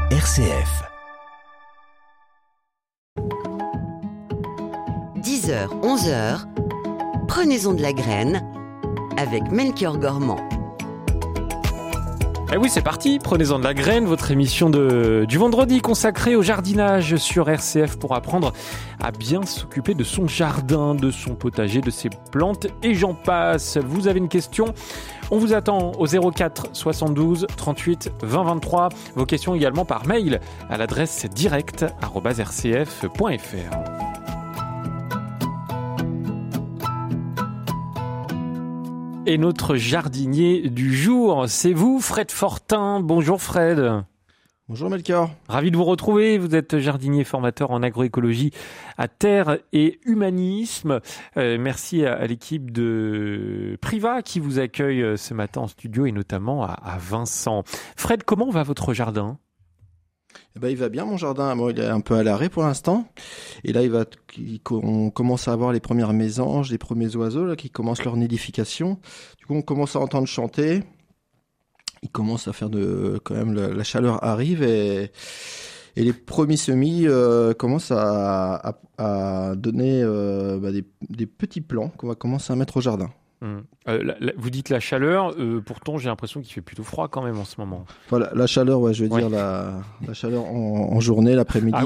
RCF. 10h, 11h, prenez-en de la graine avec Melchior Gormand. Eh oui, c'est parti, prenez-en de la graine, votre émission du vendredi consacrée au jardinage sur RCF pour apprendre à bien s'occuper de son jardin, de son potager, de ses plantes et j'en passe. Vous avez une question ? On vous attend au 04 72 38 20 23. Vos questions également par mail à l'adresse direct@rcf.fr. Et notre jardinier du jour, c'est vous, Fred Fortin. Bonjour Fred. Bonjour Melchior. Ravi de vous retrouver. Vous êtes jardinier formateur en agroécologie à terre et humanisme. Merci à l'équipe de Priva qui vous accueille ce matin en studio et notamment à Vincent. Fred, comment va votre jardin ? Il va bien mon jardin. Bon, il est un peu à l'arrêt pour l'instant. Et là, on commence à avoir les premières mésanges, les premiers oiseaux là, qui commencent leur nidification. Du coup, on commence à entendre chanter. Il commence à faire quand même la chaleur arrive et les premiers semis commencent à donner des petits plants qu'on va commencer à mettre au jardin. Vous dites la chaleur, pourtant j'ai l'impression qu'il fait plutôt froid quand même en ce moment. Voilà, la chaleur, ouais, je veux dire la chaleur en journée, l'après-midi,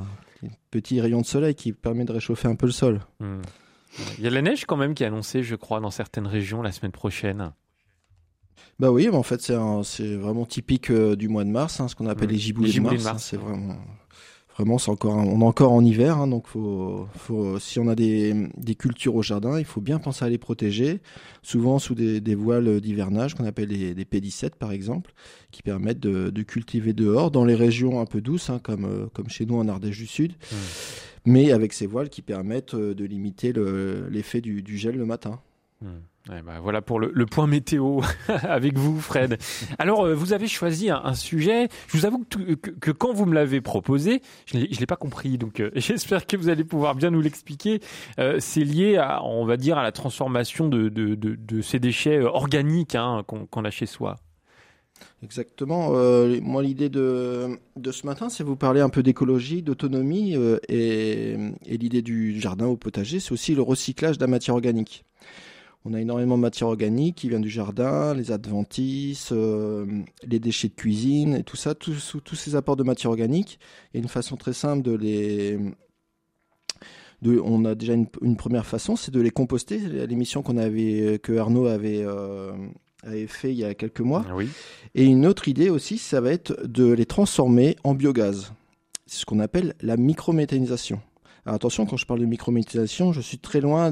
petit rayon de soleil qui permet de réchauffer un peu le sol. Il y a de la neige quand même qui est annoncée, je crois, dans certaines régions la semaine prochaine. Bah oui, mais en fait c'est vraiment typique du mois de mars, ce qu'on appelle les giboulées de mars. C'est vraiment on est encore en hiver, donc si on a des cultures au jardin, il faut bien penser à les protéger, souvent sous des voiles d'hivernage qu'on appelle des P17 par exemple, qui permettent de cultiver dehors dans les régions un peu douces, comme chez nous en Ardèche du Sud, mais avec ces voiles qui permettent de limiter l'effet du gel le matin. Voilà pour le point météo avec vous, Fred. Alors, vous avez choisi un sujet. Je vous avoue que quand vous me l'avez proposé, je l'ai pas compris. Donc, j'espère que vous allez pouvoir bien nous l'expliquer. C'est lié à la transformation de ces déchets organiques qu'on a chez soi. Exactement. Moi, l'idée de ce matin, c'est vous parler un peu d'écologie, d'autonomie et l'idée du jardin au potager, c'est aussi le recyclage de la matière organique. On a énormément de matière organique qui vient du jardin, les adventices, les déchets de cuisine et tout ça, tous ces apports de matière organique. Il y a une façon très simple on a déjà une première façon, c'est de les composter. L'émission que Arnaud avait fait il y a quelques mois. Oui. Et une autre idée aussi, ça va être de les transformer en biogaz. C'est ce qu'on appelle la microméthanisation. Alors attention, quand je parle de microméthanisation, je suis très loin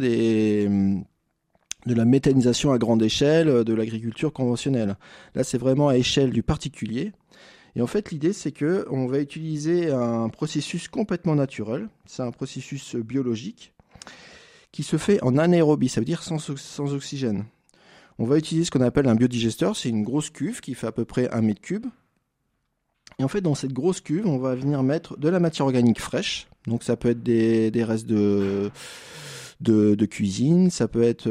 de la méthanisation à grande échelle, de l'agriculture conventionnelle. Là, c'est vraiment à échelle du particulier. Et en fait, l'idée, c'est qu'on va utiliser un processus complètement naturel. C'est un processus biologique qui se fait en anaérobie, ça veut dire sans oxygène. On va utiliser ce qu'on appelle un biodigesteur. C'est une grosse cuve qui fait à peu près 1 mètre cube. Et en fait, dans cette grosse cuve, on va venir mettre de la matière organique fraîche. Donc, ça peut être des restes de cuisine, ça peut être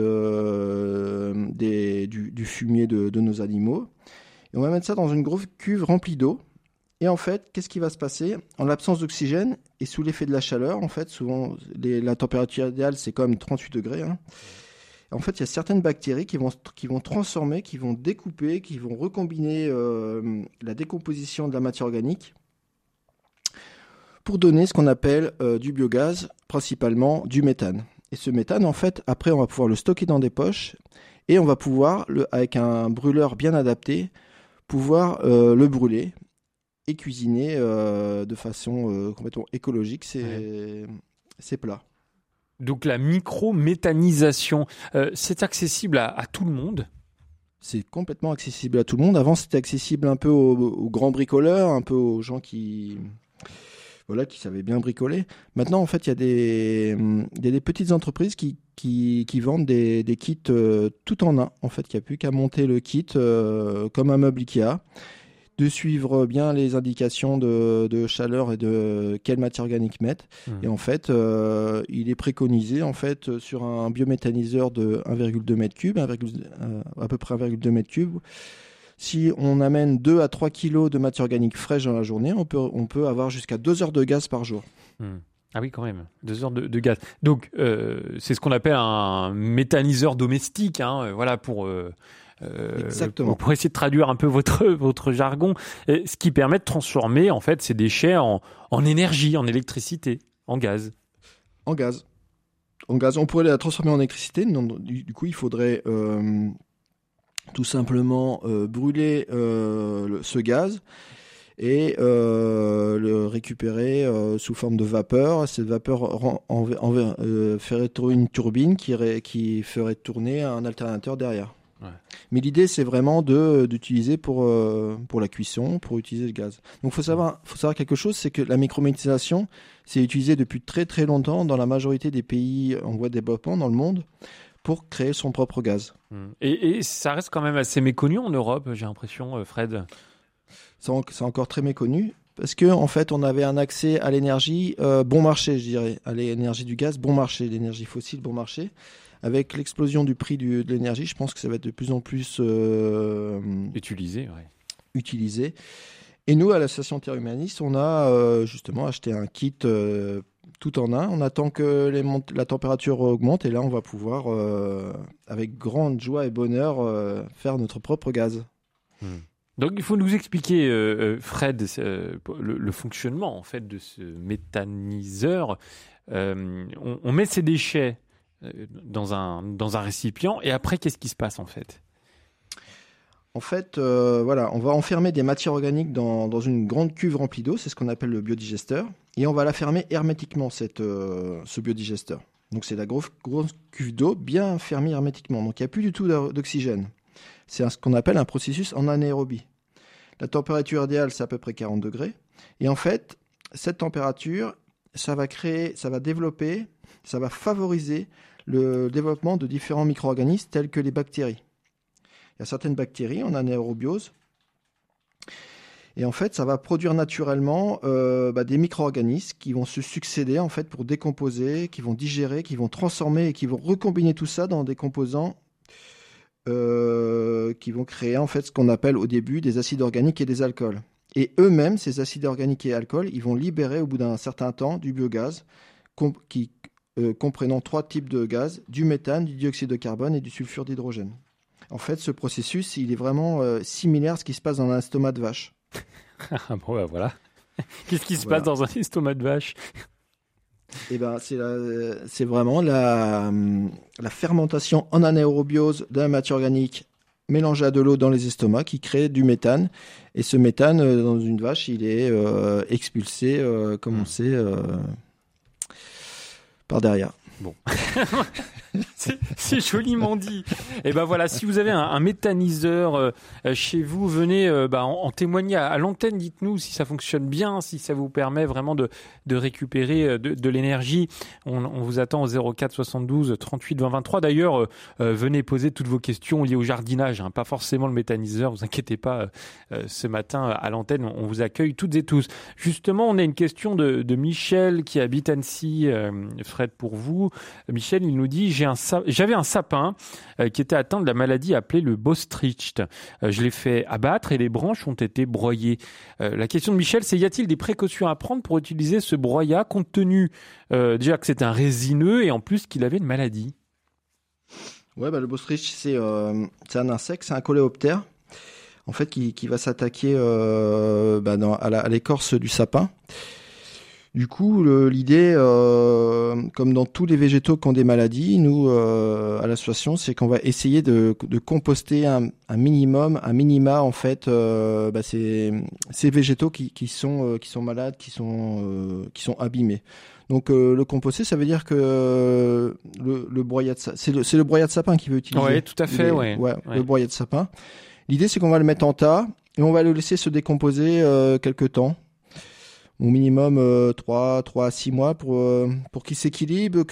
du fumier de nos animaux. Et on va mettre ça dans une grosse cuve remplie d'eau. Et en fait, qu'est-ce qui va se passer ? En l'absence d'oxygène et sous l'effet de la chaleur, en fait, souvent, la température idéale, c'est quand même 38 degrés. En fait, il y a certaines bactéries qui vont transformer, qui vont découper, qui vont recombiner la décomposition de la matière organique pour donner ce qu'on appelle du biogaz, principalement du méthane. Et ce méthane, en fait, après, on va pouvoir le stocker dans des poches et on va pouvoir, avec un brûleur bien adapté, pouvoir le brûler et cuisiner de façon complètement écologique ces plats. Donc la microméthanisation, c'est accessible à tout le monde ? C'est complètement accessible à tout le monde. Avant, c'était accessible un peu aux grands bricoleurs, un peu aux gens qui savaient bien bricoler. Maintenant, en fait, il y a des petites entreprises qui vendent des kits tout en un. En fait, il n'y a plus qu'à monter le kit comme un meuble Ikea, de suivre bien les indications de chaleur et de quelle matière organique mettre. Et en fait, il est préconisé en fait sur un biométhaniseur de 1,2 m3, à peu près 1,2 m3. Si on amène 2 à 3 kilos de matière organique fraîche dans la journée, on peut avoir jusqu'à 2 heures de gaz par jour. Ah oui, quand même, 2 heures de gaz. Donc, c'est ce qu'on appelle un méthaniseur domestique, voilà, Exactement. pour essayer de traduire un peu votre jargon, et ce qui permet de transformer en fait ces déchets en énergie, en électricité, en gaz. En gaz. On pourrait la transformer en électricité. Du coup, il faudrait tout simplement brûler ce gaz et le récupérer sous forme de vapeur. Cette vapeur ferait tourner une turbine qui ferait tourner un alternateur derrière. Ouais. Mais l'idée, c'est vraiment d'utiliser pour la cuisson, pour utiliser le gaz. Donc, faut savoir quelque chose, c'est que la microméthanisation, c'est utilisé depuis très très longtemps dans la majorité des pays en voie de développement dans le monde pour créer son propre gaz. Et ça reste quand même assez méconnu en Europe, j'ai l'impression, Fred. C'est encore très méconnu parce que en fait, on avait un accès à l'énergie bon marché, je dirais, à l'énergie du gaz bon marché, l'énergie fossile bon marché. Avec l'explosion du prix de l'énergie, je pense que ça va être de plus en plus utilisé. Et nous, à l'association Terre Humaniste, on a justement acheté un kit tout en un. On attend que la température augmente et là, on va pouvoir, avec grande joie et bonheur, faire notre propre gaz. Donc, il faut nous expliquer, Fred, le fonctionnement en fait de ce méthaniseur. On met ces déchets dans un récipient et après qu'est-ce qui se passe en fait? En fait, voilà, on va enfermer des matières organiques dans une grande cuve remplie d'eau, c'est ce qu'on appelle le biodigesteur, et on va la fermer hermétiquement ce biodigesteur. Donc c'est la grosse cuve d'eau bien fermée hermétiquement, donc il n'y a plus du tout d'oxygène. C'est ce qu'on appelle un processus en anaérobie. La température idéale, c'est à peu près 40 degrés, et en fait, cette température, ça va développer, ça va favoriser le développement de différents micro-organismes tels que les bactéries. Il y a certaines bactéries en anaérobiose et en fait ça va produire naturellement des micro-organismes qui vont se succéder en fait pour décomposer, qui vont digérer, qui vont transformer et qui vont recombiner tout ça dans des composants qui vont créer en fait ce qu'on appelle au début des acides organiques et des alcools. Et eux-mêmes, ces acides organiques et alcools, ils vont libérer au bout d'un certain temps du biogaz comprenant 3 types de gaz, du méthane, du dioxyde de carbone et du sulfure d'hydrogène. En fait, ce processus, il est vraiment similaire à ce qui se passe dans un estomac de vache. Bon, ben voilà. Qu'est-ce qui se passe dans un estomac de vache? Eh ben, c'est vraiment la fermentation en anaérobiose de la matière organique mélangée à de l'eau dans les estomacs qui crée du méthane. Et ce méthane, dans une vache, il est expulsé, comme on sait, par derrière. Bon. C'est joliment dit. Et ben voilà, si vous avez un méthaniseur chez vous, venez en témoigner à l'antenne. Dites-nous si ça fonctionne bien, si ça vous permet vraiment de récupérer de l'énergie. On vous attend au 04 72 38 20 23. D'ailleurs, venez poser toutes vos questions liées au jardinage, pas forcément le méthaniseur. Vous inquiétez pas. Ce matin à l'antenne, on vous accueille toutes et tous. Justement, on a une question de Michel qui habite Annecy. Fred, pour vous, Michel, il nous dit: j'avais un sapin qui était atteint de la maladie appelée le Bostridge. Je l'ai fait abattre et les branches ont été broyées. La question de Michel, c'est: y a-t-il des précautions à prendre pour utiliser ce broyat, compte tenu déjà que c'est un résineux et en plus qu'il avait une maladie? Ouais, le Bostridge, c'est un insecte, c'est un coléoptère en fait qui va s'attaquer à l'écorce du sapin. Du coup, l'idée, comme dans tous les végétaux qui ont des maladies, nous, à l'association, c'est qu'on va essayer de composter un minima, en fait, ces végétaux qui sont malades, qui sont abîmés. Donc, le composter, ça veut dire que le broyat de c'est le broyat de sapin qui veut utiliser. Oui, tout à fait, ouais. Le broyat de sapin. L'idée, c'est qu'on va le mettre en tas et on va le laisser se décomposer quelque temps. Au minimum 3 à 6 mois pour qu'il s'équilibre,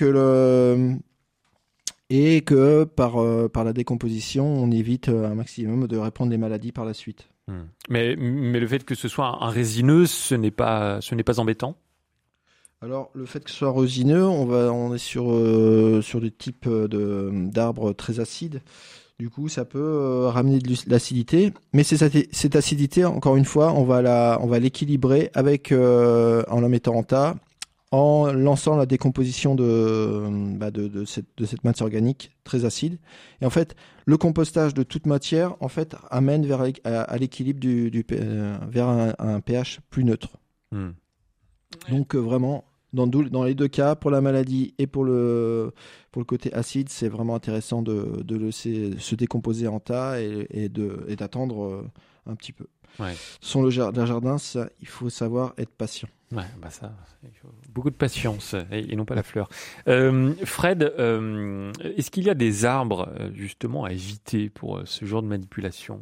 et que par la décomposition, on évite un maximum de répandre les maladies par la suite. Mais le fait que ce soit un résineux, ce n'est pas embêtant? Alors, le fait que ce soit résineux, on est sur des types d'arbres très acides. Du coup, ça peut ramener de l'acidité, mais cette acidité, encore une fois, on va l'équilibrer avec en la mettant en tas, en lançant la décomposition de cette matière organique très acide. Et en fait, le compostage de toute matière, en fait, amène à l'équilibre vers un pH plus neutre. Donc vraiment, dans les deux cas, pour la maladie et pour le côté acide, c'est vraiment intéressant de laisser se décomposer en tas et d'attendre un petit peu. Ouais. Sur le jardin, ça, il faut savoir être patient. Ouais, ça, il faut beaucoup de patience et non pas la fleur. Fred, est-ce qu'il y a des arbres justement à éviter pour ce genre de manipulation?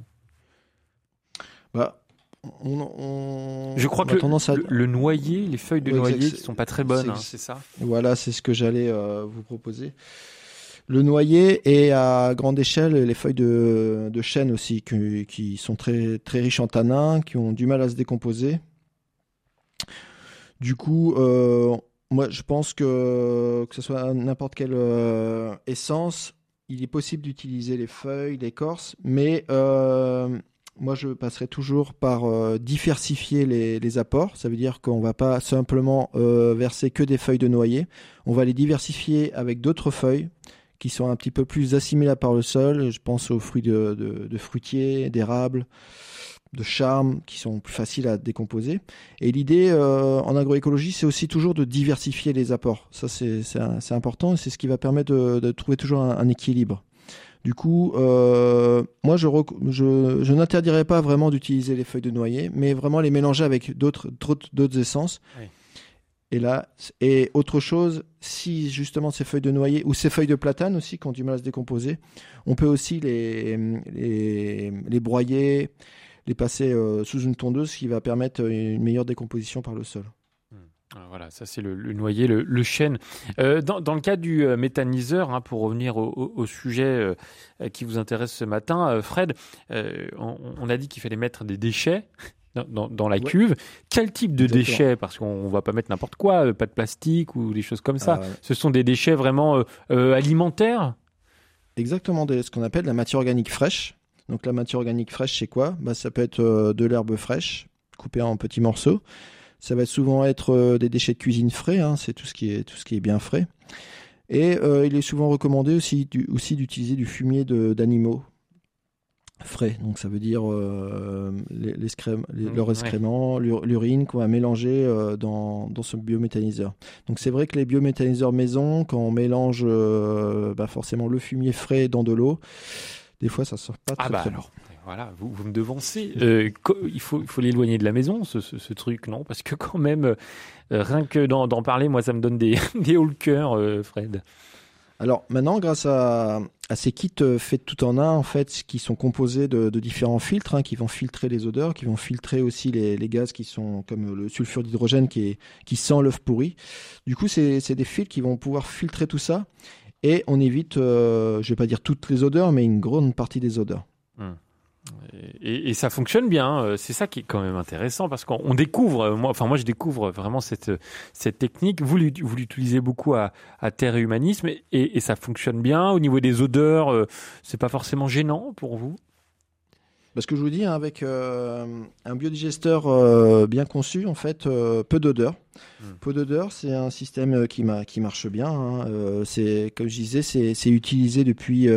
Je crois que le noyer, les feuilles de noyer qui sont pas très bonnes, c'est ça? Voilà, c'est ce que j'allais vous proposer. Le noyer et à grande échelle les feuilles de chêne aussi qui sont très très riches en tanins, qui ont du mal à se décomposer. Du coup, moi je pense que ce soit n'importe quelle essence, il est possible d'utiliser les feuilles, l'écorce, mais moi je passerai toujours par diversifier les apports. Ça veut dire qu'on va pas simplement verser que des feuilles de noyer, on va les diversifier avec d'autres feuilles qui sont un petit peu plus assimilables par le sol. Je pense aux fruits de fruitiers, d'érable, de charme, qui sont plus faciles à décomposer. Et l'idée en agroécologie, c'est aussi toujours de diversifier les apports. Ça, c'est important et c'est ce qui va permettre de trouver toujours un équilibre. Du coup, moi, je n'interdirais pas vraiment d'utiliser les feuilles de noyer, mais vraiment les mélanger avec d'autres essences. Oui. Et autre chose, si justement ces feuilles de noyer ou ces feuilles de platane aussi qui ont du mal à se décomposer, on peut aussi les broyer, les passer sous une tondeuse, ce qui va permettre une meilleure décomposition par le sol. Voilà, ça c'est le noyer, le chêne. Dans le cas du méthaniseur, pour revenir au sujet qui vous intéresse ce matin, Fred, on a dit qu'il fallait mettre des déchets dans la cuve. Quel type de déchets? Parce qu'on ne va pas mettre n'importe quoi, pas de plastique ou des choses comme ça. Ce sont des déchets vraiment alimentaires? Exactement, ce qu'on appelle la matière organique fraîche. Donc la matière organique fraîche, c'est quoi? Ça peut être de l'herbe fraîche, coupée en petits morceaux. Ça va souvent être des déchets de cuisine frais, c'est tout ce qui est bien frais. Et il est souvent recommandé aussi d'utiliser du fumier d'animaux frais. Donc ça veut dire leur excrément, l'urine qu'on va mélanger dans ce biométhaniseur. Donc c'est vrai que les biométhaniseurs maison, quand on mélange forcément le fumier frais dans de l'eau, des fois ça sort pas très bien. Voilà, vous me devancez. Il faut l'éloigner de la maison, ce truc, non? Parce que quand même, rien que d'en parler, moi, ça me donne des hauts le cœur, Fred. Alors maintenant, grâce à ces kits faits tout en un, en fait, qui sont composés de différents filtres, qui vont filtrer les odeurs, qui vont filtrer aussi les gaz qui sont comme le sulfure d'hydrogène qui sent l'œuf pourri. Du coup, c'est des filtres qui vont pouvoir filtrer tout ça et on évite, je vais pas dire toutes les odeurs, mais une grande partie des odeurs. Et ça fonctionne bien, c'est ça qui est quand même intéressant parce qu'on découvre, moi je découvre vraiment cette technique. Vous l'utilisez beaucoup à Terre et Humanisme et ça fonctionne bien. Au niveau des odeurs, c'est pas forcément gênant pour vous? Parce que je vous dis, avec un biodigesteur bien conçu, en fait, peu d'odeur. Peu d'odeur, c'est un système qui marche bien. C'est, comme je disais, c'est utilisé depuis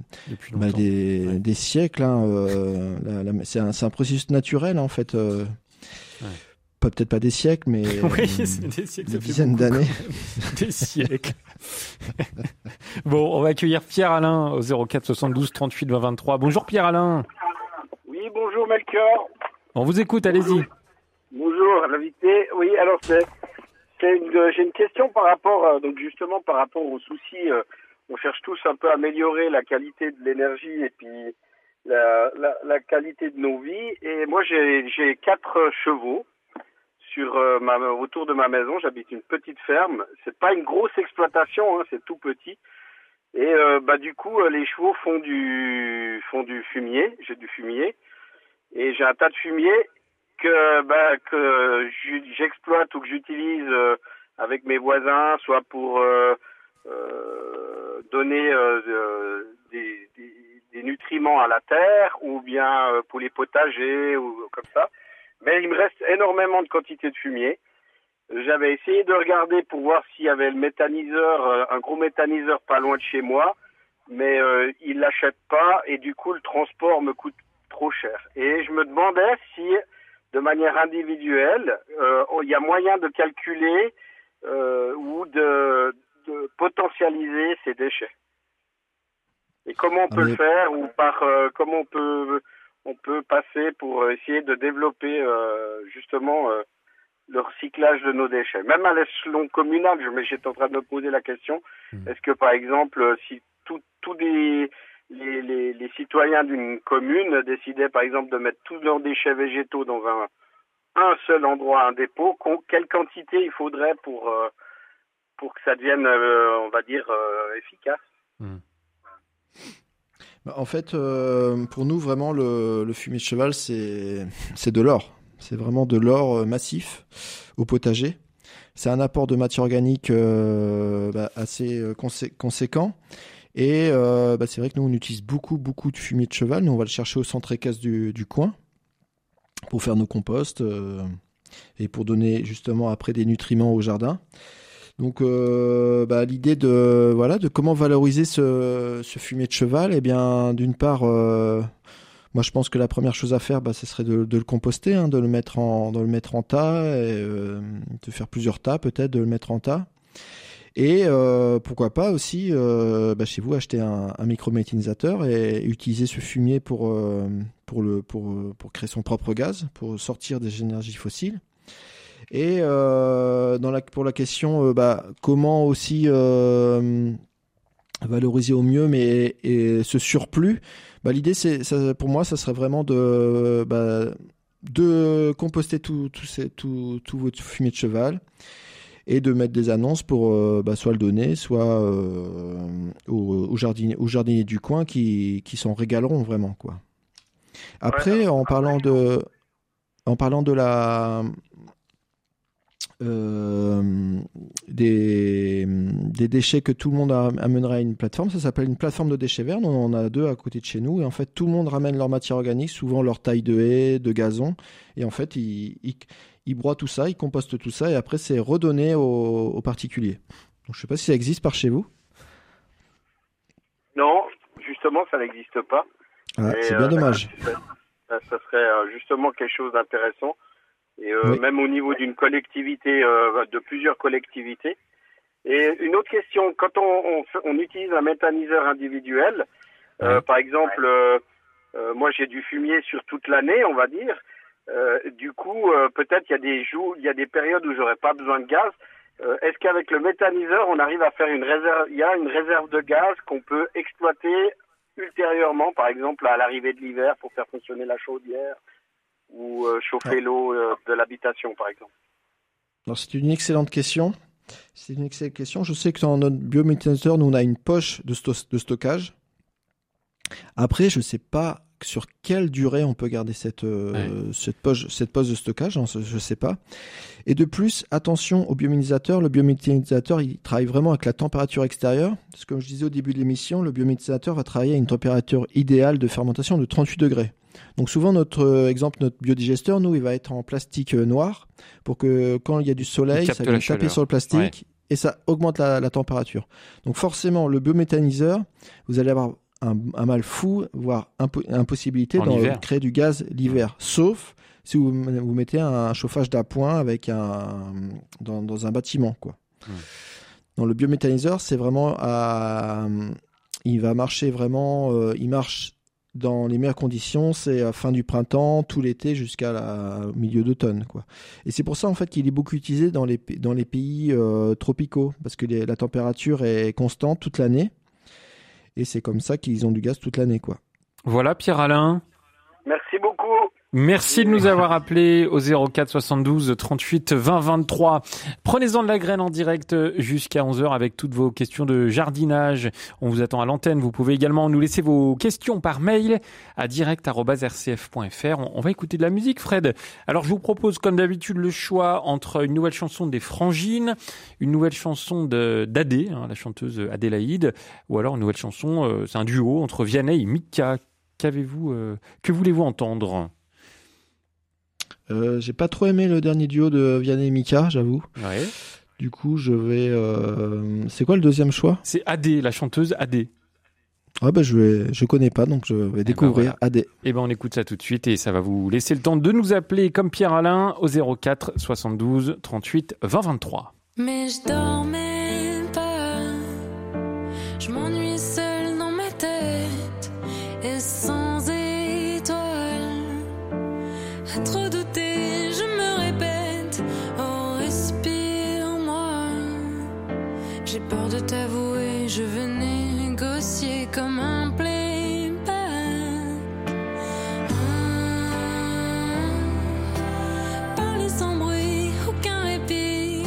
des siècles. C'est un processus naturel, en fait. Peut-être pas des siècles, mais des dizaines d'années. Des siècles. Bon, on va accueillir Pierre-Alain au 04 72 38 20 23. Bonjour Pierre-Alain. Oui, bonjour Melchior. On vous écoute, allez-y. Bonjour l'invité. Oui, alors j'ai une question par rapport aux soucis. On cherche tous un peu à améliorer la qualité de l'énergie et puis la qualité de nos vies. Et moi, j'ai 4 chevaux autour de ma maison. J'habite une petite ferme. C'est pas une grosse exploitation, c'est tout petit. Et du coup, les chevaux font du fumier. J'ai du fumier et j'ai un tas de fumier que j'exploite ou que j'utilise avec mes voisins, soit pour donner des des nutriments à la terre ou bien pour les potagers ou comme ça. Mais il me reste énormément de quantité de fumier. J'avais essayé de regarder pour voir s'il y avait le méthaniseur, un gros méthaniseur pas loin de chez moi, mais il l'achète pas et du coup le transport me coûte trop cher. Et je me demandais si, de manière individuelle, il y a moyen de calculer ou de potentialiser ces déchets. Et comment on peut le faire ou comment on peut passer pour essayer de développer justement le recyclage de nos déchets. Même à l'échelon communal, j'étais en train de me poser la question, est-ce que par exemple, si tous les citoyens d'une commune décidaient par exemple de mettre tous leurs déchets végétaux dans un seul endroit, un dépôt, quelle quantité il faudrait pour que ça devienne, on va dire, efficace? En fait, pour nous, vraiment, le fumier de cheval, c'est de l'or. C'est vraiment de l'or massif au potager. C'est un apport de matière organique assez conséquent. Et c'est vrai que nous, on utilise beaucoup de fumier de cheval. Nous, on va le chercher au centre équestre du coin pour faire nos composts et pour donner justement après des nutriments au jardin. Donc l'idée de comment valoriser ce fumier de cheval, eh bien d'une part, moi je pense que la première chose à faire, ce serait de le composter, de le mettre en tas, et, de faire plusieurs tas peut-être, de le mettre en tas. Et pourquoi pas aussi chez vous acheter un microméthanisateur et utiliser ce fumier pour créer son propre gaz, pour sortir des énergies fossiles. Et pour la question comment aussi valoriser au mieux et ce surplus, l'idée pour moi ça serait vraiment de composter tout votre fumier de cheval et de mettre des annonces pour soit le donner, soit aux jardiniers du coin qui s'en régaleront vraiment, quoi. Après, en parlant de la des déchets que tout le monde amènera à une plateforme, ça s'appelle une plateforme de déchets verts. On en a 2 à côté de chez nous et en fait tout le monde ramène leur matière organique, souvent leur taille de haie, de gazon, et en fait ils broient tout ça, ils compostent tout ça et après c'est redonné aux particuliers. Donc, je sais pas si ça existe par chez vous. Non, justement ça n'existe pas. C'est bien dommage. Ça serait justement quelque chose d'intéressant. Et même au niveau d'une collectivité, de plusieurs collectivités. Et une autre question, quand on utilise un méthaniseur individuel, par exemple, moi j'ai du fumier sur toute l'année, on va dire. Du coup, peut-être il y a des périodes où j'aurais pas besoin de gaz. Est-ce qu'avec le méthaniseur, on arrive à faire une réserve? Il y a une réserve de gaz qu'on peut exploiter ultérieurement, par exemple à l'arrivée de l'hiver pour faire fonctionner la chaudière ou chauffer l'eau de l'habitation, par exemple. Alors, c'est une excellente question. Je sais que dans notre biométhanisateur, nous, on a une poche de stockage. Après, je ne sais pas sur quelle durée on peut garder cette poche de stockage. Je ne sais pas. Et de plus, attention au biométhanisateur. Le biométhanisateur, il travaille vraiment avec la température extérieure. Parce que comme je disais au début de l'émission, le biométhanisateur va travailler à une température idéale de fermentation de 38 degrés. Donc souvent notre biodigesteur, nous, il va être en plastique noir pour que quand il y a du soleil, ça va taper sur le plastique et ça augmente la température. Donc forcément, le biométhaniseur, vous allez avoir un mal fou, voire impossibilité de créer du gaz l'hiver. Sauf si vous mettez un chauffage d'appoint dans un bâtiment, quoi. Dans le biométhaniseur, c'est vraiment il va marcher vraiment, il marche dans les meilleures conditions, c'est à fin du printemps, tout l'été jusqu'à milieu d'automne, quoi. Et c'est pour ça en fait qu'il est beaucoup utilisé dans les pays tropicaux, parce que la température est constante toute l'année, et c'est comme ça qu'ils ont du gaz toute l'année, quoi. Voilà, Pierre-Alain. Merci beaucoup. Merci de nous avoir appelés au 04 72 38 20 23. Prenez-en de la graine en direct jusqu'à 11h avec toutes vos questions de jardinage. On vous attend à l'antenne. Vous pouvez également nous laisser vos questions par mail à direct@rcf.fr. On va écouter de la musique, Fred. Alors, je vous propose, comme d'habitude, le choix entre une nouvelle chanson des Frangines, une nouvelle chanson d'Adé, la chanteuse Adélaïde, ou alors une nouvelle chanson, c'est un duo entre Vianney et Mika. Que voulez-vous entendre? J'ai pas trop aimé le dernier duo de Vianney et Mika, j'avoue. Ouais. Du coup, je vais. C'est quoi le deuxième choix? C'est Adé, la chanteuse Adé. Ah bah je connais pas, donc je vais découvrir Adé. Et ben on écoute ça tout de suite et ça va vous laisser le temps de nous appeler comme Pierre Alain au 04 72 38 20 23. Mais je dormais pas, je m'ennuie seule dans ma tête et sans étoiles. À trop douter, je me répète, oh respire-moi. J'ai peur de t'avouer, je veux négocier comme un playback. Parler sans bruit, aucun répit.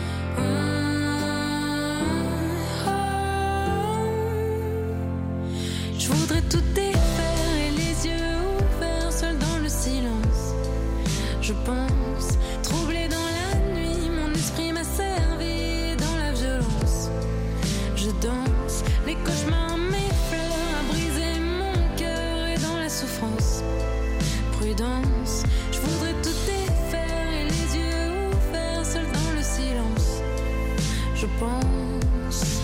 Je voudrais tout défaire et les yeux ouverts, seul dans le silence. Je pense, troublé dans la nuit, mon esprit m'a servi dans la violence. Je danse, les cauchemars m'effleurent, à briser mon cœur et dans la souffrance. Prudence, je voudrais tout défaire et les yeux ouverts, seul dans le silence. Je pense.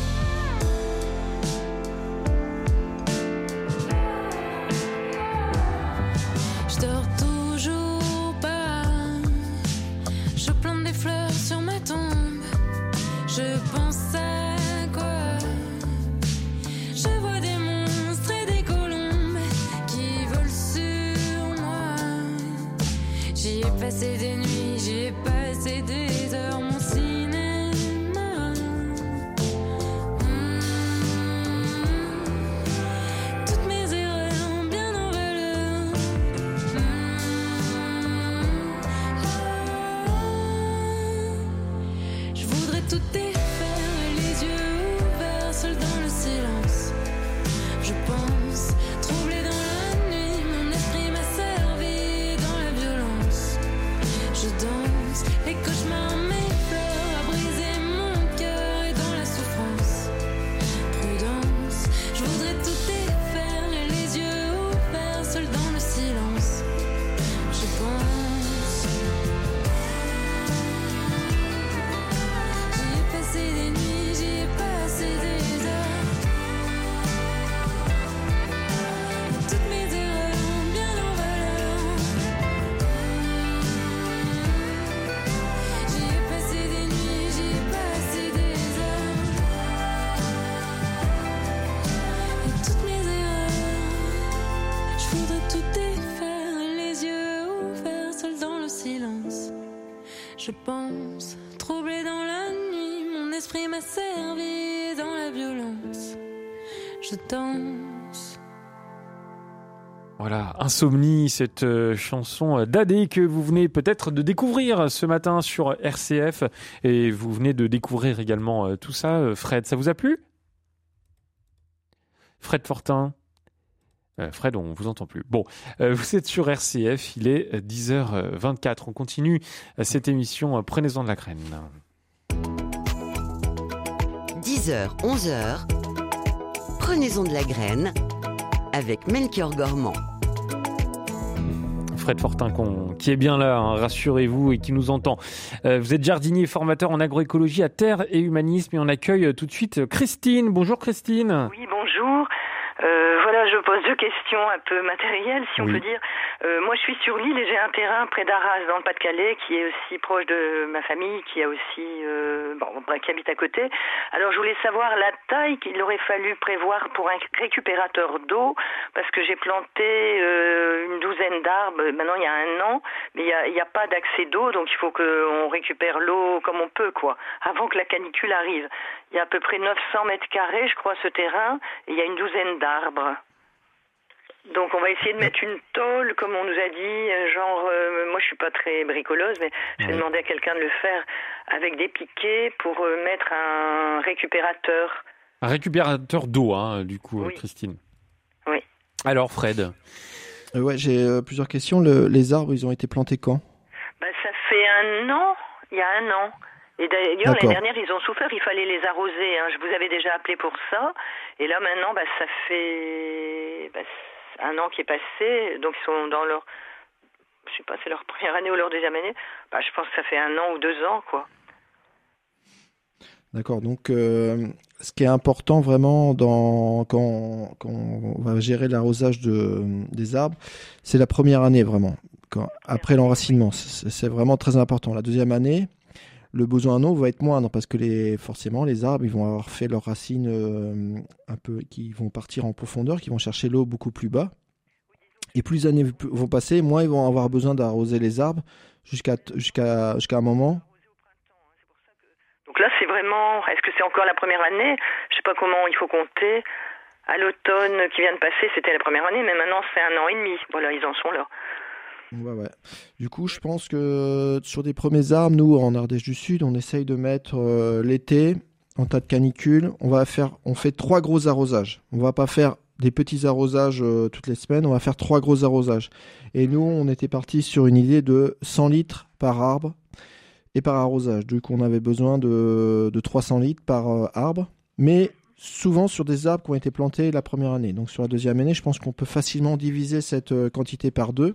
Je dors toujours pas. Je plante des fleurs sur ma tombe. Je pense à quoi? Je vois des monstres et des colombes qui volent sur moi. J'y ai passé des nuits, j'y ai passé des heures, mon cinéma. Toutes mes erreurs bien en valeur. Je voudrais tout défaire, les yeux ouverts, seul dans le silence. Je pense, troublé dans la nuit, mon esprit m'a servi dans la violence. Je danse, les cauchemars m'effleurent, à briser mon cœur et dans la souffrance. Prudence, je voudrais tout défaire et les yeux ouverts, seul dans le silence. Je pense. J'y ai passé des nuits, j'y ai passé des heures. Toutes mes erreurs bien en valeur. J'y ai passé des nuits, j'y ai passé des heures. Et toutes mes erreurs, je voudrais tout défaire, les yeux ouverts, seul dans le silence. Je pense, troublé dans la nuit, mon esprit m'a servi dans la violence. Je danse. Voilà, Insomnie, cette chanson d'Adé que vous venez peut-être de découvrir ce matin sur RCF et vous venez de découvrir également tout ça. Fred, ça vous a plu? Fred Fortin? Fred, on vous entend plus. Bon, vous êtes sur RCF, il est 10h24. On continue cette émission. Prenez-en de la graine. 10h, 11h. Prenez-en de la graine avec Melchior Gormand. Fred Fortin qui est bien là, rassurez-vous, et qui nous entend. Vous êtes jardinier et formateur en agroécologie à Terre et Humanisme et on accueille tout de suite Christine. Bonjour Christine. Oui, bonjour. Voilà, je pose deux questions un peu matérielles, si on peut dire. Moi, je suis sur l'île et j'ai un terrain près d'Arras, dans le Pas-de-Calais, qui est aussi proche de ma famille, qui a aussi, qui habite à côté. Alors, je voulais savoir la taille qu'il aurait fallu prévoir pour un récupérateur d'eau, parce que j'ai planté une douzaine d'arbres, maintenant il y a un an, mais il n'y a pas d'accès d'eau, donc il faut qu'on récupère l'eau comme on peut, quoi, avant que la canicule arrive. Il y a à peu près 900 mètres carrés, je crois, ce terrain, et il y a une douzaine d'arbres. Donc on va essayer de mettre une tôle, comme on nous a dit, moi je suis pas très bricoleuse, mais je vais demander à quelqu'un de le faire avec des piquets pour mettre un récupérateur. Un récupérateur d'eau, du coup, Oui. Christine. Oui. Alors Fred. Ouais, j'ai plusieurs questions. Les arbres, ils ont été plantés quand? Ça fait il y a un an. Et d'ailleurs, D'accord. l'année dernière, ils ont souffert, il fallait les arroser. Je vous avais déjà appelé pour ça. Et là, maintenant, ça fait un an qui est passé. Donc, ils sont dans leur... Je sais pas, c'est leur première année ou leur deuxième année. Je pense que ça fait 1 an ou 2 ans, quoi. D'accord. Donc, ce qui est important vraiment quand on va gérer l'arrosage des arbres, c'est la première année vraiment. Après l'enracinement, c'est vraiment très important. La deuxième année, le besoin en eau va être moindre parce que forcément les arbres ils vont avoir fait leurs racines un peu, qui vont partir en profondeur, qui vont chercher l'eau beaucoup plus bas. Et plus les années vont passer, moins ils vont avoir besoin d'arroser les arbres jusqu'à un moment. Donc là, c'est vraiment... Est-ce que c'est encore la première année? Je sais pas comment il faut compter. À l'automne qui vient de passer, c'était la première année, mais maintenant c'est 1 an et demi. Voilà, ils en sont là. Ouais. Du coup, je pense que sur des premiers arbres, nous, en Ardèche du Sud, on essaye de mettre l'été, en tas de canicule, on fait 3 gros arrosages. On va pas faire des petits arrosages toutes les semaines, on va faire 3 gros arrosages. Et nous, on était parti sur une idée de 100 litres par arbre et par arrosage. Du coup, on avait besoin de 300 litres par arbre, mais souvent sur des arbres qui ont été plantés la première année. Donc sur la deuxième année, je pense qu'on peut facilement diviser cette quantité par 2.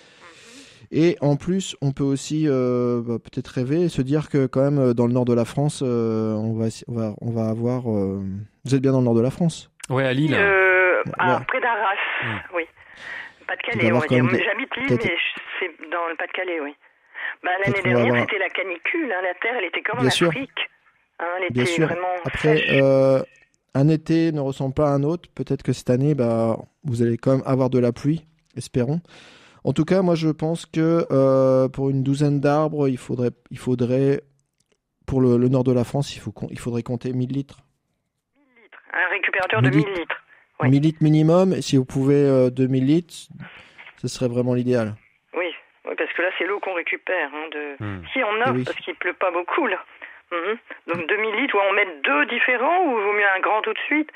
Et en plus, on peut aussi peut-être rêver et se dire que quand même dans le nord de la France, on va avoir... Vous êtes bien dans le nord de la France? Ouais, à Lille. Près d'Arras, oui. Pas-de-Calais, on va dire. J'habite Lille, mais c'est dans le Pas-de-Calais, oui. L'année dernière, c'était la canicule. La terre, elle était comme en Afrique. Elle était bien sûr. vraiment Après, un été ne ressemble pas à un autre. Peut-être que cette année, vous allez quand même avoir de la pluie, espérons. En tout cas, moi, je pense que pour une douzaine d'arbres, il faudrait pour le nord de la France, il faudrait compter 1000 litres. 1000 litres. Un récupérateur de 1000 litres. Oui. 1000 litres minimum. Et si vous pouvez 2000 litres, ce serait vraiment l'idéal. Oui, parce que là, c'est l'eau qu'on récupère. Si on a, parce qu'il pleut pas beaucoup, là. Donc 2000 litres, on met 2 différents ou vaut mieux un grand tout de suite?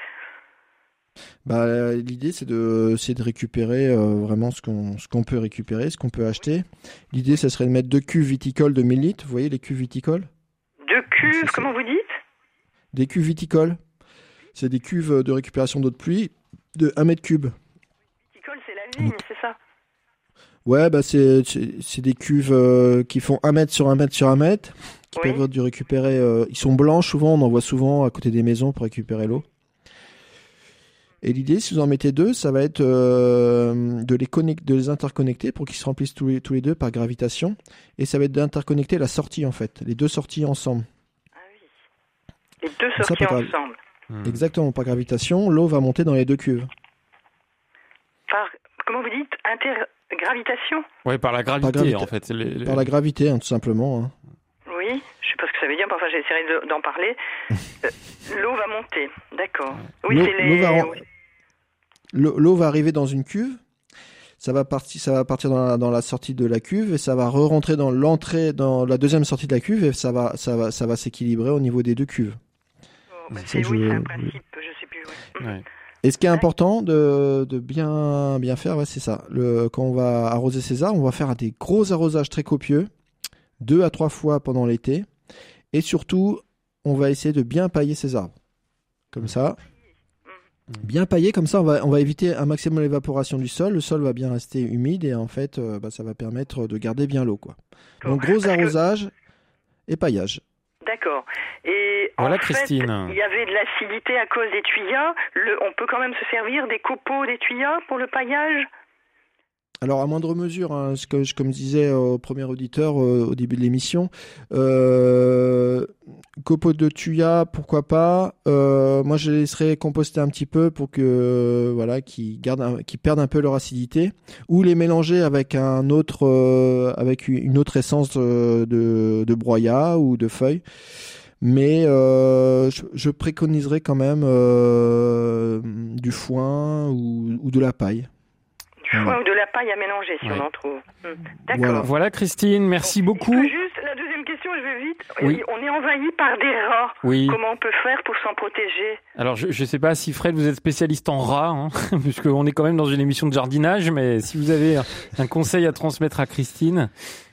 L'idée c'est de récupérer vraiment ce qu'on peut récupérer, ce qu'on peut acheter. L'idée ça serait de mettre 2 cuves viticoles de 1000 litres. Vous voyez les cuves viticoles? 2 cuves, comment vous dites? Des cuves viticoles. C'est des cuves de récupération d'eau de pluie de 1 mètre cube. Viticole, c'est la vigne, c'est ça? Ouais, c'est des cuves qui font 1 mètre sur 1 mètre sur 1 mètre, qui peuvent être récupérer. Ils sont blancs souvent, on en voit souvent à côté des maisons pour récupérer l'eau. Et l'idée, si vous en mettez 2, ça va être de les interconnecter pour qu'ils se remplissent tous les 2 par gravitation. Et ça va être d'interconnecter la sortie, en fait. Les 2 sorties ensemble. Ah oui. Les 2 sorties ensemble. Exactement, par gravitation, l'eau va monter dans les 2 cuves. Comment vous dites? Intergravitation? Oui, par la gravité, en fait. Par la gravité, tout simplement. Oui, je ne sais pas ce que ça veut dire, mais enfin, j'essaierai d'en parler. L'eau va monter, d'accord. Oui, l'eau va arriver dans une cuve, ça va partir dans la sortie de la cuve et ça va re-rentrer dans la deuxième sortie de la cuve et ça va s'équilibrer au niveau des 2 cuves. C'est un principe, je sais plus. Ouais. Et ce qui est important de bien faire, c'est ça. Quand on va arroser ces arbres, on va faire des gros arrosages très copieux, 2 à 3 fois pendant l'été. Et surtout, on va essayer de bien pailler ces arbres. Comme ça. Bien pailler, comme ça, on va éviter un maximum l'évaporation du sol. Le sol va bien rester humide et en fait, ça va permettre de garder bien l'eau, quoi. Donc, gros arrosage et paillage. D'accord. Et voilà, en fait, Christine. Il y avait de l'acidité à cause des tuyas. On peut quand même se servir des copeaux des tuyas pour le paillage? Alors, à moindre mesure, comme je disais au premier auditeur au début de l'émission, copeaux de tuya, pourquoi pas. Moi, je les laisserais composter un petit peu pour que qu'ils perdent un peu leur acidité, ou les mélanger avec avec une autre essence de broyat ou de feuilles. Mais je préconiserais quand même du foin ou de la paille. Ouais, ou de la paille à mélanger si on en trouve. D'accord. Voilà Christine, merci beaucoup. Juste la deuxième question, je vais vite. Oui. On est envahi par des rats. Oui. Comment on peut faire pour s'en protéger? Alors je sais pas si Fred vous êtes spécialiste en rats, hein, puisqu'on est quand même dans une émission de jardinage, mais si vous avez un conseil à transmettre à Christine,